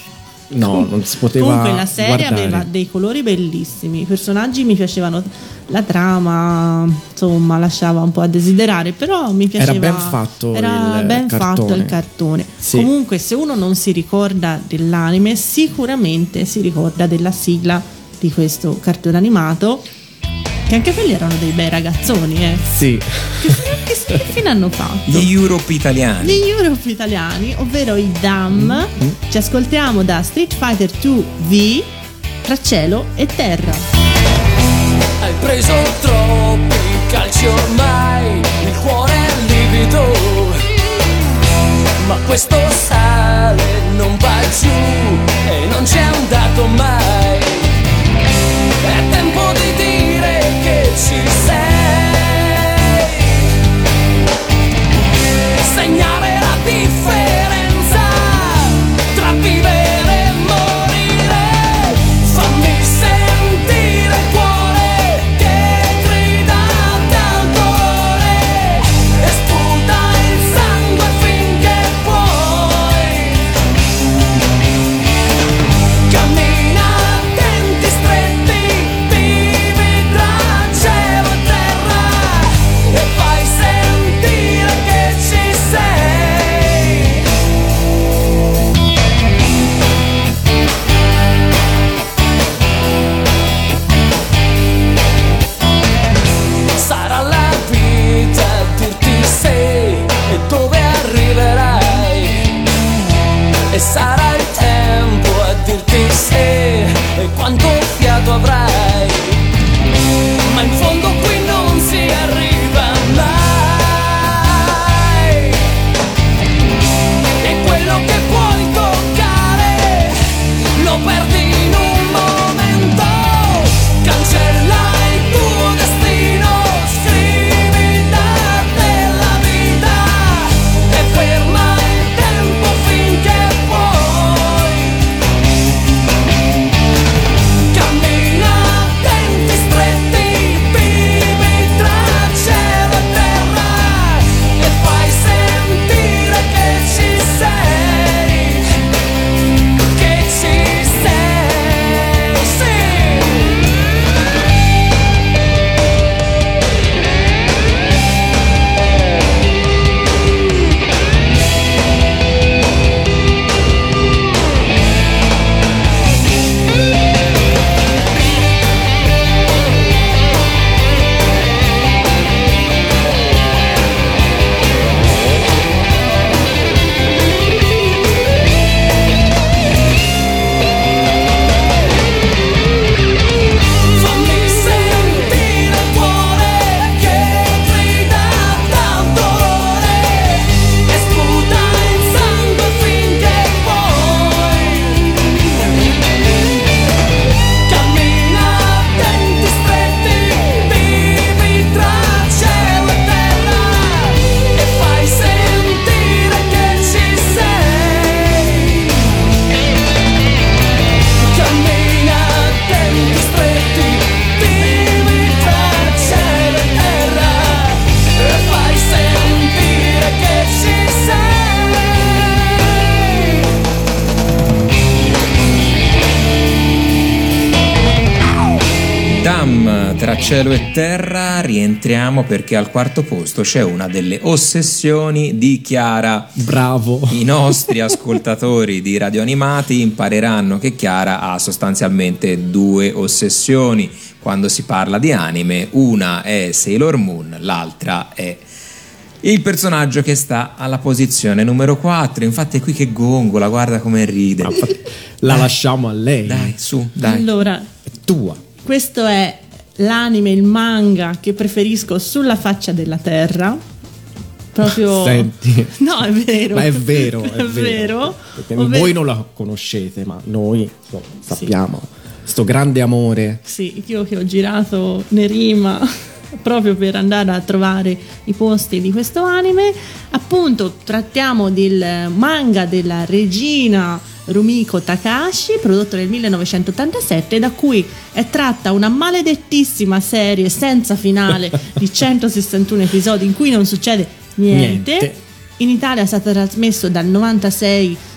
no, non si poteva Comunque la serie guardare. aveva dei colori bellissimi, i personaggi mi piacevano, la trama insomma lasciava un po' a desiderare, però mi piaceva. Era ben fatto era il ben cartone. fatto il cartone. Sì. Comunque se uno non si ricorda dell'anime, sicuramente si ricorda della sigla di questo cartone animato, che anche quelli erano dei bei ragazzoni, eh. Sì. Che, che, che fine hanno fatto? Gli Europe italiani. Gli Europe italiani, ovvero i D A M. Mm-hmm. Ci ascoltiamo da Street Fighter due V, Tra cielo e terra. Hai preso troppi calci ormai, il cuore è livido, ma questo sale non va giù e non c'è andato mai. È tempo di dire che ci sei, segnare la differenza tra vivere e morire. Fammi sentire il cuore che grida dal dolore e sputa il sangue finché puoi. Cammina a denti stretti, vivi tra cielo e terra e fai sentire che ci sei. Sarà la vita a dirti se e dove arriverai, e sarà il tempo a dirti se e quanto fiato avrai, ma in fondo qui non si arriva mai. E quello che puoi toccare lo perdi in un momento. Cancella il tuo destino, scrivi da della vita e ferma il tempo finché puoi. Cammina a denti stretti, vivi tra cielo e terra e fai sentire che ci sei, che ci sei, sì. Fammi sentire il cuore che grida dal dolore e sputa il sangue finché puoi. Cammina a denti stretti, vivi tra cielo e terra e fai sentire che ci sei. Cammina a denti stretti, vivi tra cielo e terra e fai sentire che ci sei. D A M, tra cielo e terra. Rientriamo perché al quarto posto c'è una delle ossessioni di Chiara. Bravo. I nostri ascoltatori di Radio Animati impareranno che Chiara ha sostanzialmente due ossessioni quando si parla di anime. Una è Sailor Moon, l'altra è il personaggio che sta alla posizione numero quattro. Infatti è qui che gongola, guarda come ride. La lasciamo a lei. Dai, su, dai. Allora, È tua. questo è l'anime, il manga che preferisco sulla faccia della terra. Proprio. Senti. No, è vero. Ma è vero, è, È vero. Perché Ovvero- voi non la conoscete, ma noi insomma, sappiamo. Sto grande amore. Sì, io che ho girato Nerima proprio per andare a trovare i posti di questo anime. Appunto, trattiamo del manga della regina Rumiko Takahashi, prodotto nel millenovecentottantasette, da cui è tratta una maledettissima serie senza finale di centosessantuno episodi in cui non succede niente. Niente. In Italia è stato trasmesso dal novantasei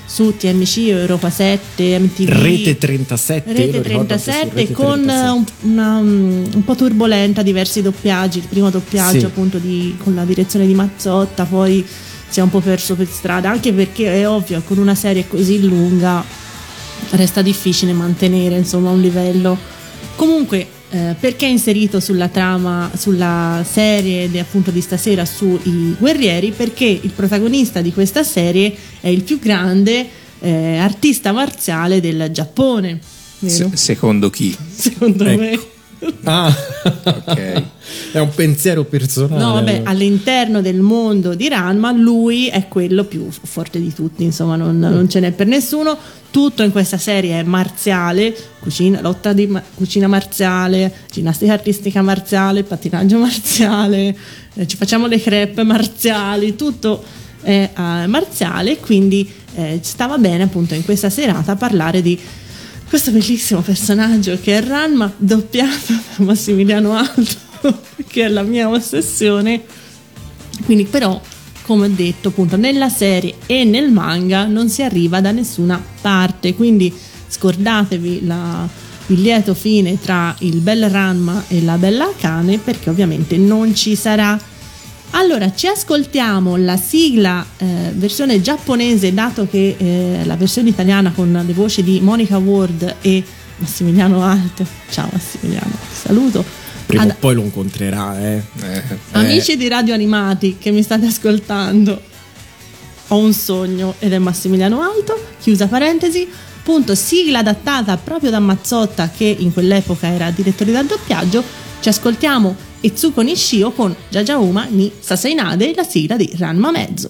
su T M C, Europa sette, M T V, Rete trentasette, Rete lo ricordo anche su trentasette, Rete con trentasette. un, una, un po' turbolenta, diversi doppiaggi. Il primo doppiaggio Sì. appunto di, con la direzione di Mazzotta, poi si è un po' perso per strada, anche perché è ovvio, con una serie così lunga resta difficile mantenere insomma un livello. Comunque eh, perché è inserito sulla trama, sulla serie de, appunto di stasera sui guerrieri? Perché il protagonista di questa serie è il più grande eh, artista marziale del Giappone, vero? Se- secondo chi? Secondo Ecco. me. Ah, Ok. è un pensiero personale. No, vabbè, all'interno del mondo di Ranma lui è quello più forte di tutti, insomma, non, non ce n'è per nessuno. Tutto in questa serie è marziale, cucina, lotta di ma- cucina marziale, ginnastica artistica marziale, pattinaggio marziale, eh, ci facciamo le crepe marziali, tutto è eh, marziale, quindi eh, stava bene appunto in questa serata parlare di questo bellissimo personaggio che è Ranma, doppiato da Massimiliano Alto, che è la mia ossessione. Quindi però, come ho detto, appunto nella serie e nel manga non si arriva da nessuna parte, quindi scordatevi la, il lieto fine tra il bel Ranma e la bella Akane, perché ovviamente non ci sarà. Allora, ci ascoltiamo la sigla eh, versione giapponese, dato che eh, la versione italiana con le voci di Monica Ward e Massimiliano Alto. Ciao Massimiliano, saluto. Prima Ad- o poi lo incontrerà, eh. Eh, Amici di Radio Animati che mi state ascoltando, ho un sogno ed è Massimiliano Alto, chiusa parentesi, punto, sigla adattata proprio da Mazzotta, che in quell'epoca era direttore del doppiaggio. Ci ascoltiamo Etsuko Nishio con Jajauma ni Sasainade, la sigla di Ranma Mezzo.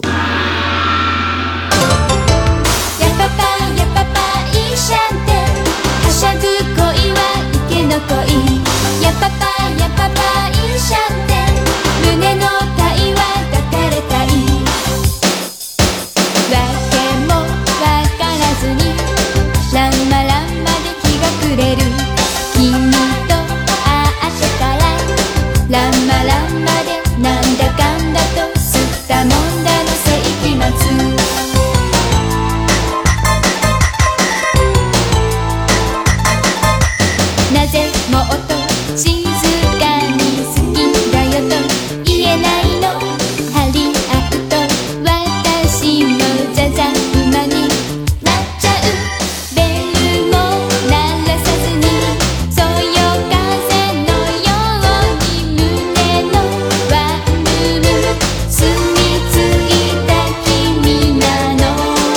やっぱぱやっぱぱいいシャンテはしゃぐ恋は池の恋やっぱぱやっぱぱいいシャンテ胸の体は抱かれたいわけもわからずにランマランマで日が暮れる君と会ってからランマランマでなんだかんだと吸ったもんだの世紀末なぜもっと静かに好きだよと言えないの張り合うと私もザザ馬になっちゃうベルも鳴らさずにそよ風のように胸のワンルーム住み着いた君なの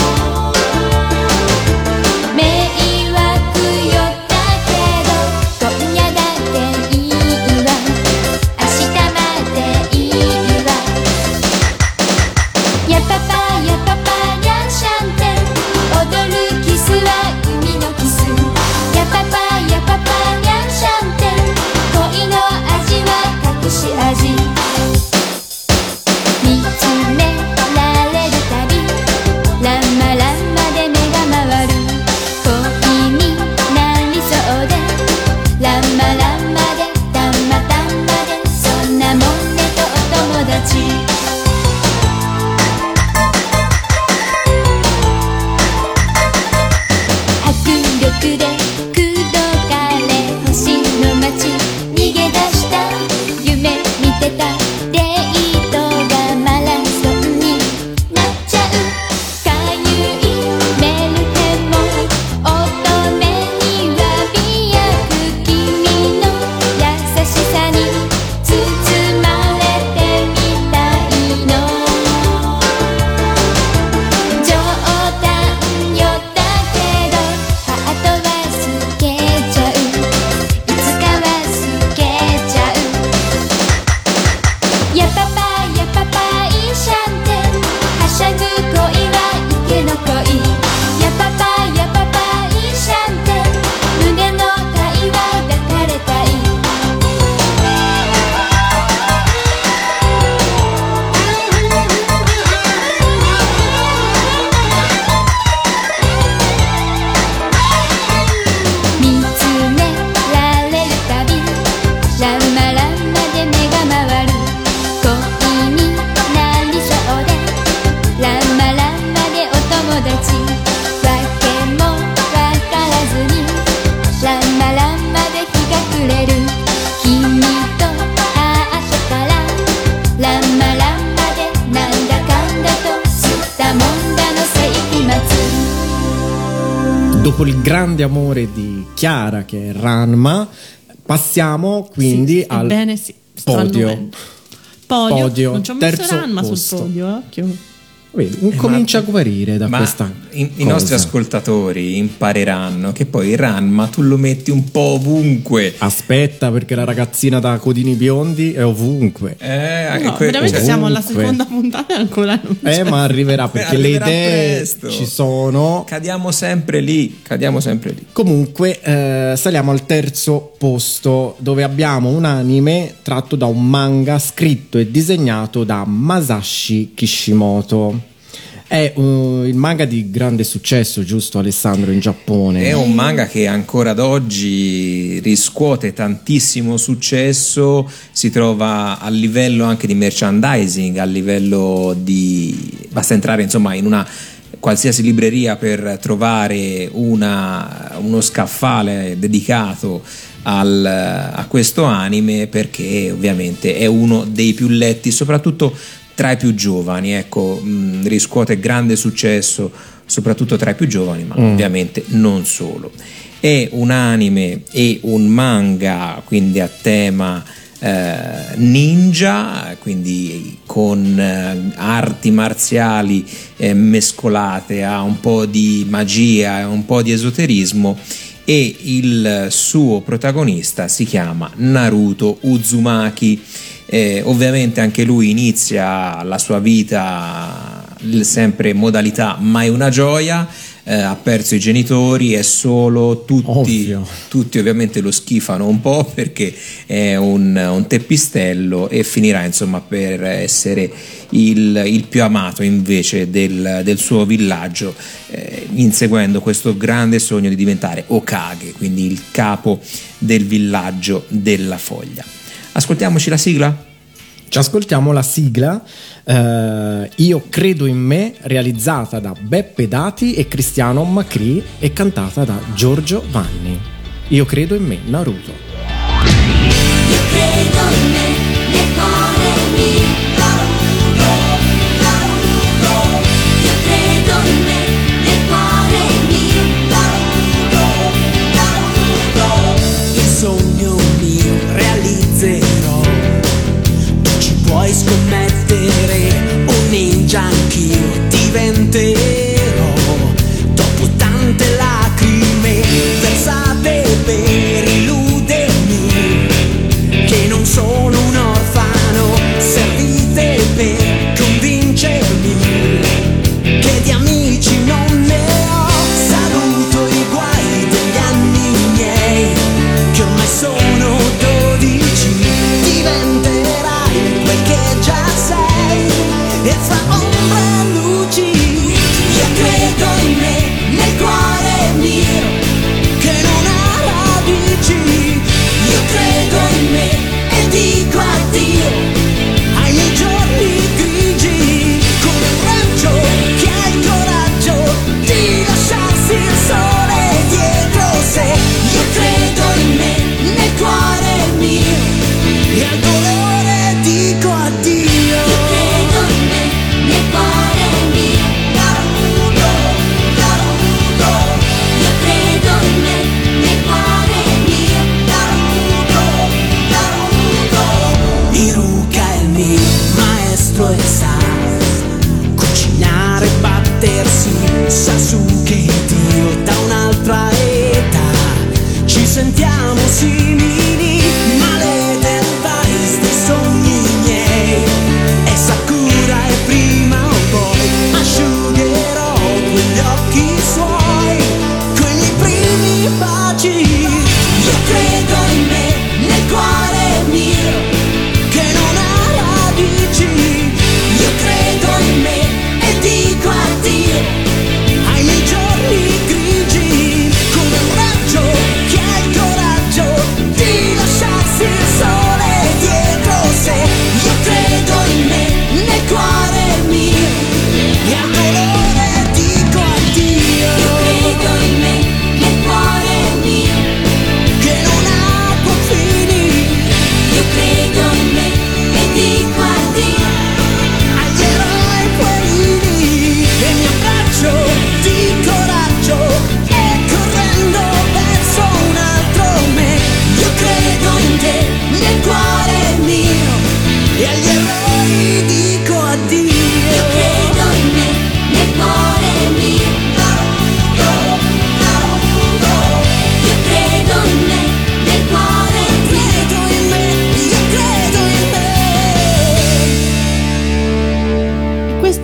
迷惑よだけど今夜だっていいわ明日までいいわやっぱぱやっぱぱリャンシャンテ踊るキスは海のキスやっぱぱやっぱぱリャンシャンテ恋の味は隠し味見つめられるたびランマランマで目が回る恋になりそうでランマランマでたまたまでそんなもんねとお友達迫力で口説かれ星の街逃げ出した夢見てたデートがマラソン dopo il grande amore di Chiara che è Ranma, passiamo quindi Sì, al ebbene sì, sto podio. annuvendo. Podio, Podio, non ci ho messo terzo Ranma sul posto. podio, occhio. Vedi, Eh, comincia ma- a guarire da Ma questa i, i cosa. nostri ascoltatori impareranno che poi il Ranma tu lo metti un po' ovunque. Aspetta, perché la ragazzina da codini biondi è ovunque. Eh, No, que- veramente cioè, siamo alla ovunque. seconda puntata e ancora non c'è. Eh, ma arriverà perché Arriverà le idee presto. ci sono. Cadiamo sempre lì, cadiamo sempre lì. Comunque, eh, saliamo al terzo posto, dove abbiamo un anime tratto da un manga scritto e disegnato da Masashi Kishimoto. È uh, il manga di grande successo, giusto Alessandro, in Giappone? È un manga che ancora ad oggi riscuote tantissimo successo, si trova a livello anche di merchandising, a livello di... basta entrare insomma in una qualsiasi libreria per trovare una, uno scaffale dedicato al, a questo anime, perché ovviamente è uno dei più letti, soprattutto tra i più giovani, ecco, mh, riscuote grande successo soprattutto tra i più giovani, ma mm. ovviamente non solo. È un anime e un manga quindi a tema eh, ninja, quindi con eh, arti marziali eh, mescolate a un po' di magia e un po' di esoterismo, e il suo protagonista si chiama Naruto Uzumaki. Eh, ovviamente anche lui inizia la sua vita sempre modalità mai una gioia, eh, ha perso i genitori, è solo, tutti, tutti ovviamente lo schifano un po' perché è un, un teppistello, e finirà insomma per essere il, il più amato invece del, del suo villaggio, eh, inseguendo questo grande sogno di diventare Hokage, quindi il capo del villaggio della foglia. Ascoltiamoci la sigla? Ci ascoltiamo la sigla eh, Io credo in me, realizzata da Beppe Dati e Cristiano Macri e cantata da Giorgio Vanni. Io credo in me, Naruto. Io credo in me, nel cuore mio, Naruto, Naruto. Io credo in me, nel cuore mio, Naruto, Naruto. Il sogno mio realizzerò, tu ci puoi scommettere, un ninja anch'io diventerò. Dopo tante lacrime versate per illudermi, che non sono un orfano,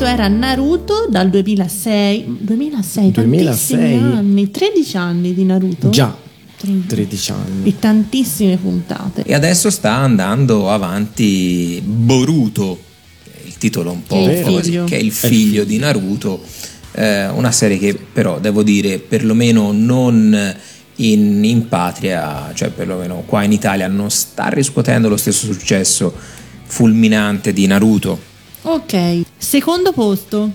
era Naruto dal duemilasei. duemilasei, duemilasei. tantissimi anni, tredici anni di Naruto. Già, tredici anni. E tantissime puntate. E adesso sta andando avanti Boruto, il titolo un po' Che è il così, figlio. che è il figlio di Naruto, eh, una serie che però devo dire perlomeno non in, in patria, cioè perlomeno qua in Italia non sta riscuotendo lo stesso successo fulminante di Naruto. Ok, secondo posto.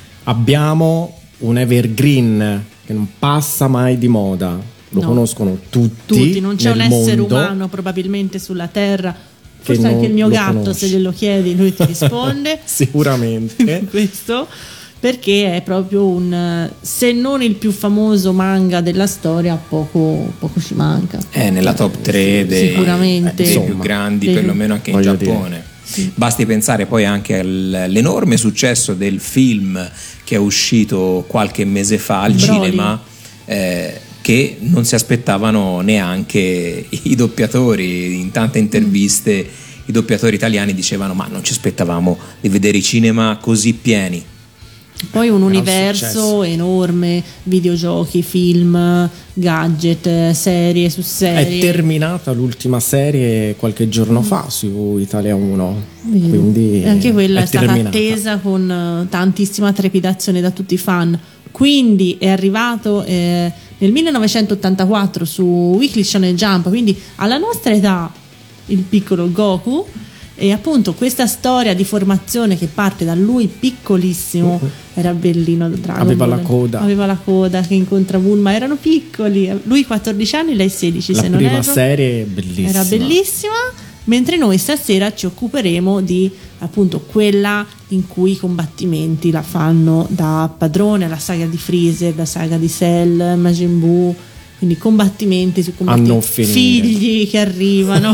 Abbiamo un evergreen che non passa mai di moda, lo No. conoscono tutti, Tutti, non c'è un nel essere mondo. umano probabilmente sulla terra, Che forse non anche il mio lo gatto, conosce. se glielo chiedi lui ti risponde. Sicuramente. Questo perché è proprio un, se non il più famoso manga della storia, poco, poco ci manca. È nella top tre dei, Sicuramente. dei Insomma, più grandi, dei- perlomeno anche in voglio Giappone. Sì. Basti pensare poi anche all'enorme successo del film che è uscito qualche mese fa al Broly. cinema, eh, che non si aspettavano neanche i doppiatori. In tante interviste i doppiatori italiani dicevano: ma non ci aspettavamo di vedere i cinema così pieni. Poi un Gran universo successo. enorme, videogiochi, film, gadget, serie su È serie. terminata l'ultima serie qualche giorno fa su Italia uno, Vero. quindi E anche quella è, stata terminata. attesa con eh, tantissima trepidazione da tutti i fan. Quindi è arrivato eh, nel millenovecentottantaquattro su Weekly Shonen Jump, quindi alla nostra età, il piccolo Goku. E appunto questa storia di formazione che parte da lui piccolissimo, era bellino Dragon Aveva Ball. la coda. Aveva la coda che incontra Bulma, erano piccoli, lui quattordici anni, lei sedici, La se non prima erro. serie è bellissima. Era bellissima, mentre noi stasera ci occuperemo di appunto quella in cui i combattimenti la fanno da padrone, la saga di Freezer, la saga di Cell, Majin Buu, quindi combattimenti su combattimenti, non finire. figli che arrivano,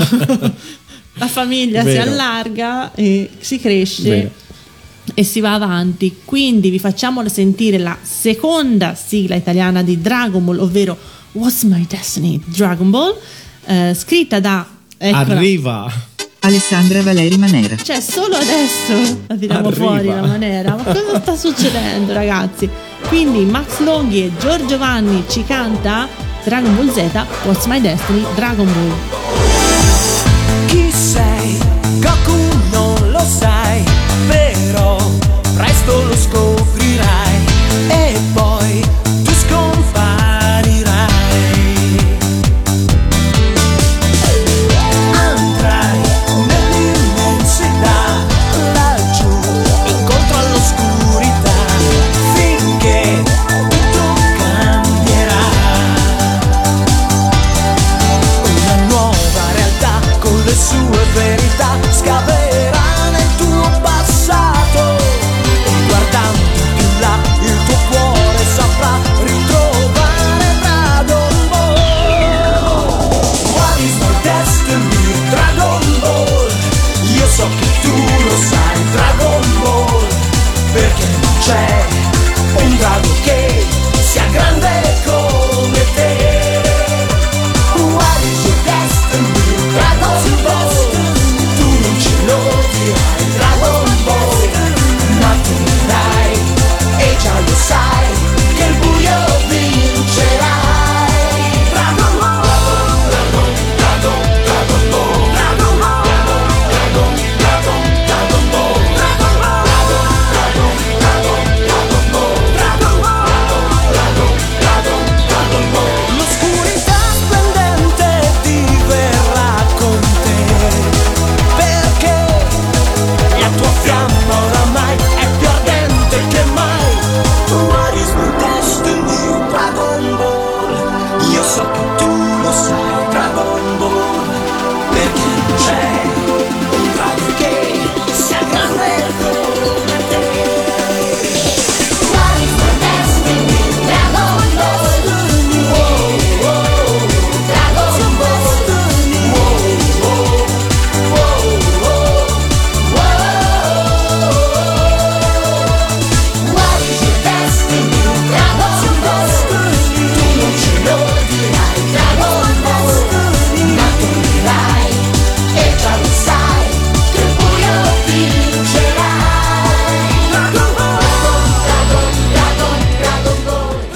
la famiglia si Vero. allarga e si cresce. Vero. E si va avanti. Quindi vi facciamo sentire la seconda sigla italiana di Dragon Ball, ovvero What's My Destiny Dragon Ball, eh, scritta da eccola. Arriva Alessandra Valeri Manera. Cioè solo adesso la tiriamo Arriva. fuori la Manera. Ma cosa sta succedendo, ragazzi? Quindi Max Longhi e Giorgio Vanni ci canta Dragon Ball Z, What's My Destiny Dragon Ball. Chi sei? Goku non lo sai, però presto lo scoprirai e poi tu scomparirai. Andrai nell'immensità, laggiù, incontro all'oscurità, finché tutto cambierà. Una nuova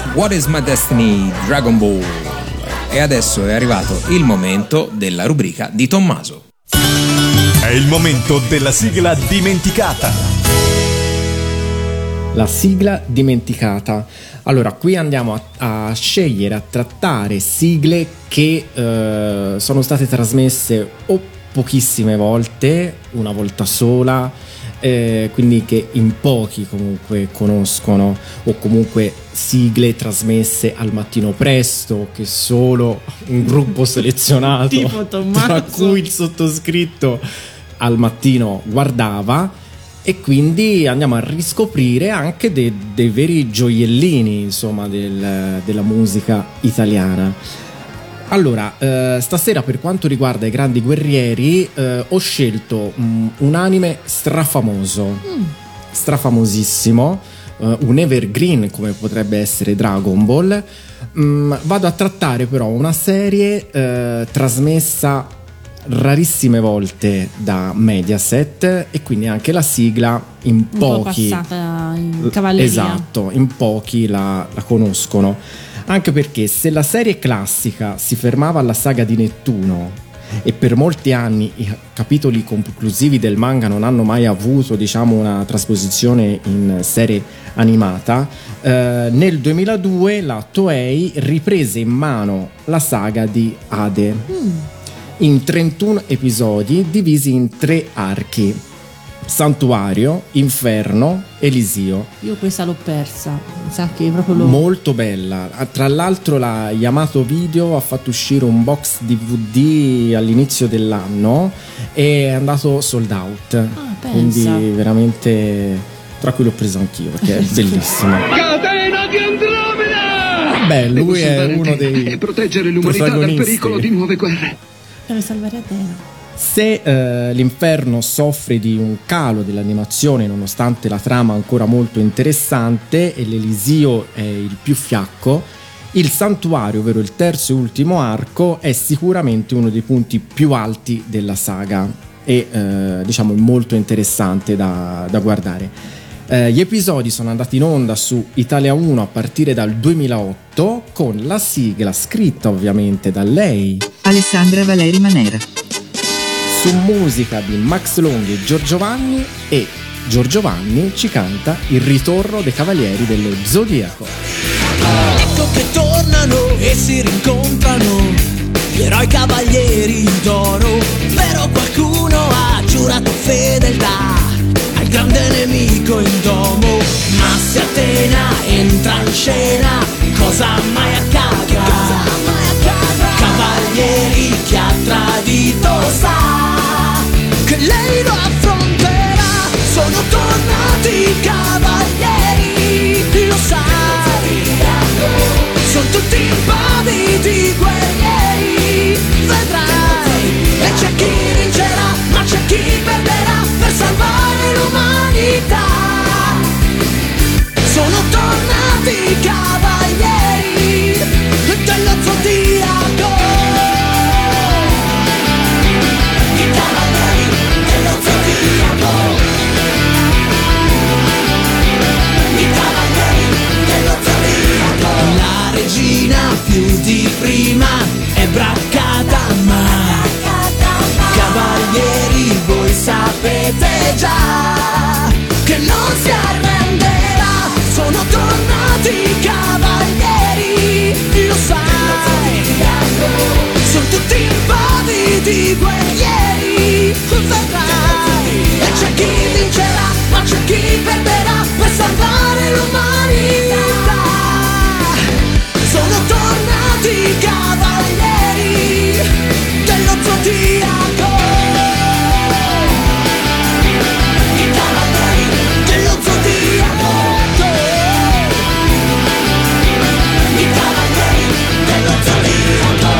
What is my destiny? Dragon Ball. E adesso è arrivato il momento della rubrica di Tommaso. È il momento della sigla dimenticata. La sigla dimenticata. Allora, qui andiamo a, a scegliere, a trattare sigle che eh, sono state trasmesse o pochissime volte, una volta sola, eh, quindi che in pochi comunque conoscono, o comunque sigle trasmesse al mattino presto che solo un gruppo selezionato, Tipo Tommaso, tra cui il sottoscritto, al mattino guardava. E quindi andiamo a riscoprire anche dei, dei veri gioiellini, insomma, del, della musica italiana. Allora, eh, stasera, per quanto riguarda i grandi guerrieri, eh, ho scelto mm, un anime strafamoso, mm. strafamosissimo, eh, un evergreen come potrebbe essere Dragon Ball. Mm, vado a trattare però una serie eh, trasmessa rarissime volte da Mediaset, e quindi anche la sigla in un pochi, po' passata in cavalleria. esatto, in pochi la, la conoscono, anche perché se la serie classica si fermava alla saga di Nettuno e per molti anni i capitoli conclusivi del manga non hanno mai avuto, diciamo, una trasposizione in serie animata, eh, nel duemiladue la Toei riprese in mano la saga di Ade mm. in trentuno episodi divisi in tre archi: Santuario, Inferno, Elisio. Io questa l'ho persa, mi sa che proprio lo... Molto bella. Tra l'altro la Yamato Video ha fatto uscire un box D V D all'inizio dell'anno e è andato sold out. Ah, quindi veramente, tra cui l'ho preso anch'io perché è bellissimo. Catena di Andromeda! Beh, lui è uno dei e proteggere l'umanità dal pericolo di nuove guerre. Per salvare Atena. Se eh, l'Inferno soffre di un calo dell'animazione nonostante la trama ancora molto interessante e l'Elisio è il più fiacco, il Santuario, ovvero il terzo e ultimo arco, è sicuramente uno dei punti più alti della saga e eh, diciamo molto interessante da, da guardare. Eh, gli episodi sono andati in onda su Italia uno a partire dal duemilaotto con la sigla scritta ovviamente da lei, Alessandra Valeri Manera, su musica di Max Longhi e Giorgio Vanni, e Giorgio Vanni ci canta Il ritorno dei Cavalieri dello Zodiaco. Ecco che tornano e si rincontrano gli eroi cavalieri d'oro, però qualcuno ha giurato fedeltà al grande nemico in domo. Ma se Atena entra in scena, cosa mai accadrà? Cavalieri, chi ha tradito sa che lei lo affronterà. Sono tornati i cavalieri, lo sai. Sono tutti impaviditi guerrieri, vedrai. E c'è chi vincerà, ma c'è chi perderà per salvare l'umanità. Sono tornati i cavalieri dello Zodiaco. I cavalieri dello Zodiaco. I cavalieri dello Zodiaco. La regina più di prima è braccata, ma cavalieri, voi sapete già che non si arrenderà. Sono tornati i cavalieri, lo sai. Sono tutti impaviditi guerrieri, vedrai. E c'è chi vincerà, ma c'è chi perderà per salvare l'umanità. Sono tornati i cavalieri dello Zodiaco. I cavalieri dello Zodiaco. I cavalieri dello Zodiaco.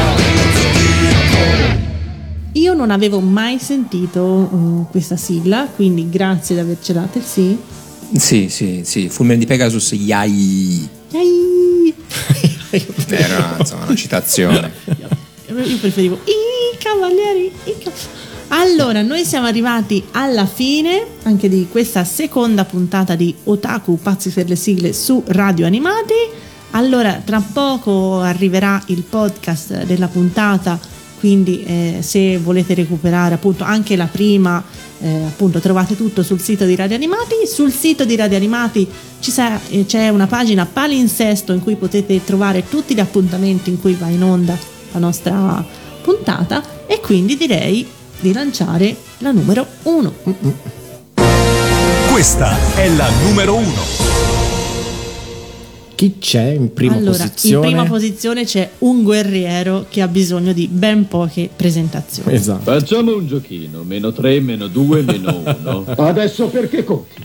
Io non avevo mai sentito uh, questa sigla, quindi grazie di avercela data. Sì. Sì, sì, sì. Fulmine di Pegasus, yai. Yai. Era insomma una citazione. Io preferivo i cavalieri. I cav- allora, noi siamo arrivati alla fine anche di questa seconda puntata di Otaku Pazzi per le sigle su Radio Animati. Allora, tra poco arriverà il podcast della puntata, quindi eh, se volete recuperare appunto anche la prima, eh, appunto trovate tutto sul sito di Radio Animati. Sul sito di Radio Animati ci sa, eh, c'è una pagina palinsesto in cui potete trovare tutti gli appuntamenti in cui va in onda la nostra puntata, e quindi direi di lanciare la numero uno. Questa è la numero uno. Chi c'è in prima allora, posizione? In prima posizione c'è un guerriero che ha bisogno di ben poche presentazioni. Esatto. Facciamo un giochino, meno tre, meno due, meno uno. Adesso perché conti?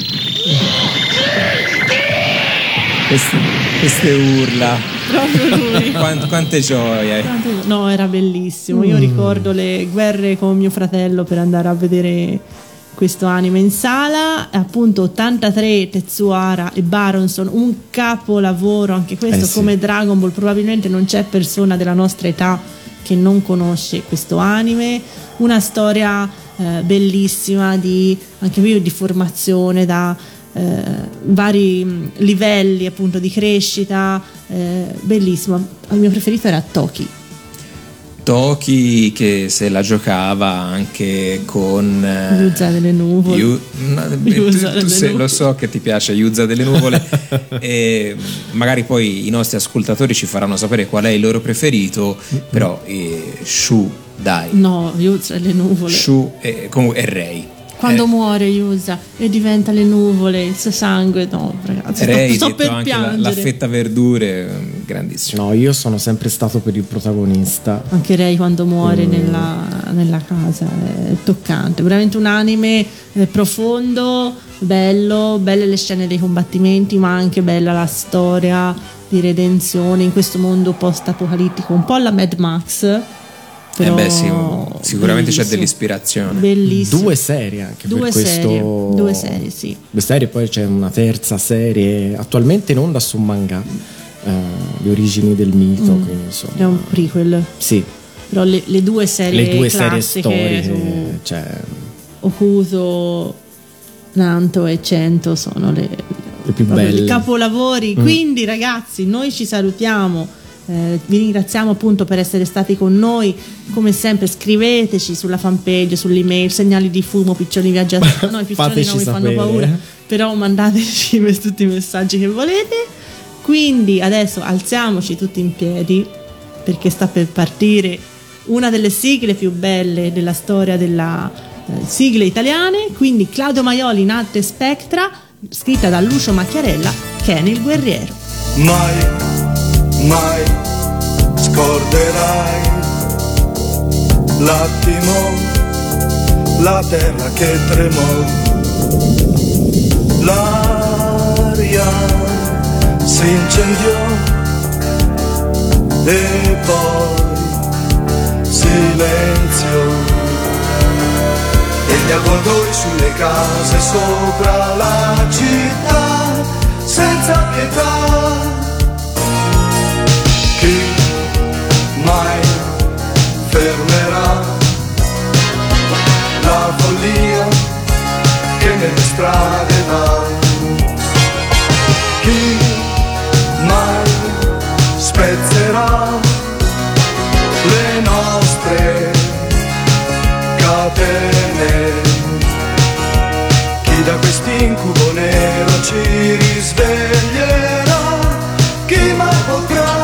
Queste, queste urla. Proprio lui. Quant, quante gioie. No, era bellissimo. Io Mm. ricordo le guerre con mio fratello per andare a vedere questo anime in sala. Appunto ottantatré, Tetsuhara e Baronson, un capolavoro anche questo, Eh sì. come Dragon Ball. Probabilmente non c'è persona della nostra età che non conosce questo anime. Una storia eh, bellissima di, anche qui, di formazione da eh, vari mh, livelli appunto di crescita, eh, bellissimo. Il mio preferito era Toki. Toki che se la giocava anche con eh, Yuza delle nuvole. Yu- no, Yuza tu- tu delle sei- nuvole. lo so che ti piace Yuza delle nuvole e magari poi i nostri ascoltatori ci faranno sapere qual è il loro preferito, però eh, Shu dai No, Yuza delle nuvole. Shu è, comunque, è Rei. Quando Eh, muore Yuza e diventa le nuvole, il suo sangue, no ragazzi, Rei, sto, sto detto per anche la, piangere. la fetta verdure, grandissimo. No, io sono sempre stato per il protagonista. Anche Rei quando muore Mm. nella, nella casa è toccante, veramente un anime eh, profondo, bello, belle le scene dei combattimenti, ma anche bella la storia di redenzione in questo mondo post-apocalittico, un po' alla Mad Max. Però Eh beh, sì, sicuramente c'è bellissimo. dell'ispirazione. Bellissimo. Due serie anche Due per questo. serie, due serie, sì. Due serie, poi c'è una terza serie attualmente in onda su manga, eh, Le origini del mito. Mm. Quindi, insomma, È un prequel. sì, Però le, le due serie le due serie classiche storiche, su cioè, Okuto, Nanto e Cento sono le, le più proprio belle. i capolavori. Mm. Quindi ragazzi, noi ci salutiamo. Eh, vi ringraziamo appunto per essere stati con noi. Come sempre scriveteci sulla fanpage, sull'email, segnali di fumo, piccioni viaggiatori. No, i piccioni Fateci non mi fanno sapere. paura, però mandateci per tutti i messaggi che volete. Quindi adesso alziamoci tutti in piedi, perché sta per partire una delle sigle più belle della storia della eh, sigle italiane. Quindi Claudio Maioli in Arte Spectra, scritta da Lucio Macchiarella, Kenny il guerriero. Mai, mai scorderai l'attimo, la terra che tremò, l'aria si incendiò e poi silenzio e gli avvoltoi sulle case sopra la città senza pietà. Chi mai fermerà la follia che nelle strade va? Chi mai spezzerà le nostre catene? Chi da quest'incubo nero ci risveglierà? Chi mai potrà?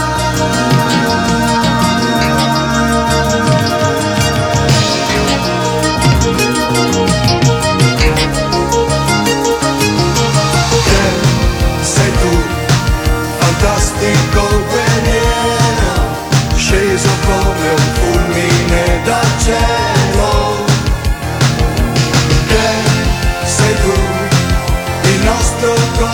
Sei tu, fantastico guerriero, sceso come un fulmine dal cielo. Che sei tu, il nostro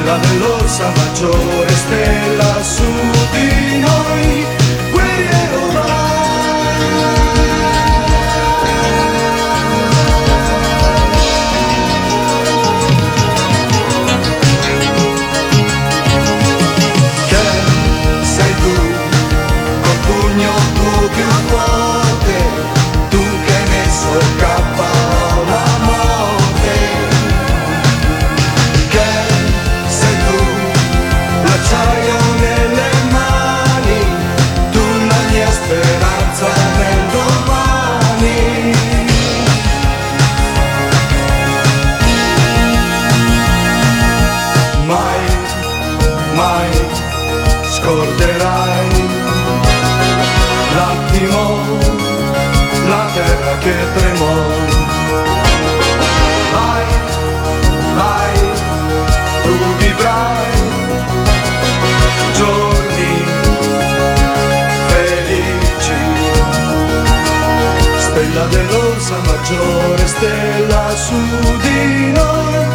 stella dell'Orsa Maggiore, stella su di noi, guerriero vai. Che sei tu, col pugno tu più forte, tu che hai messo il capo alla morte. Che sei tu, l'acciaio nelle mani, tu la mia speranza nel domani. Mai, mai scorderai l'attimo, la terra che tremò. Vai, vai, tu vivrai giorni felici. Stella dell'Orsa Maggiore, stella su di noi.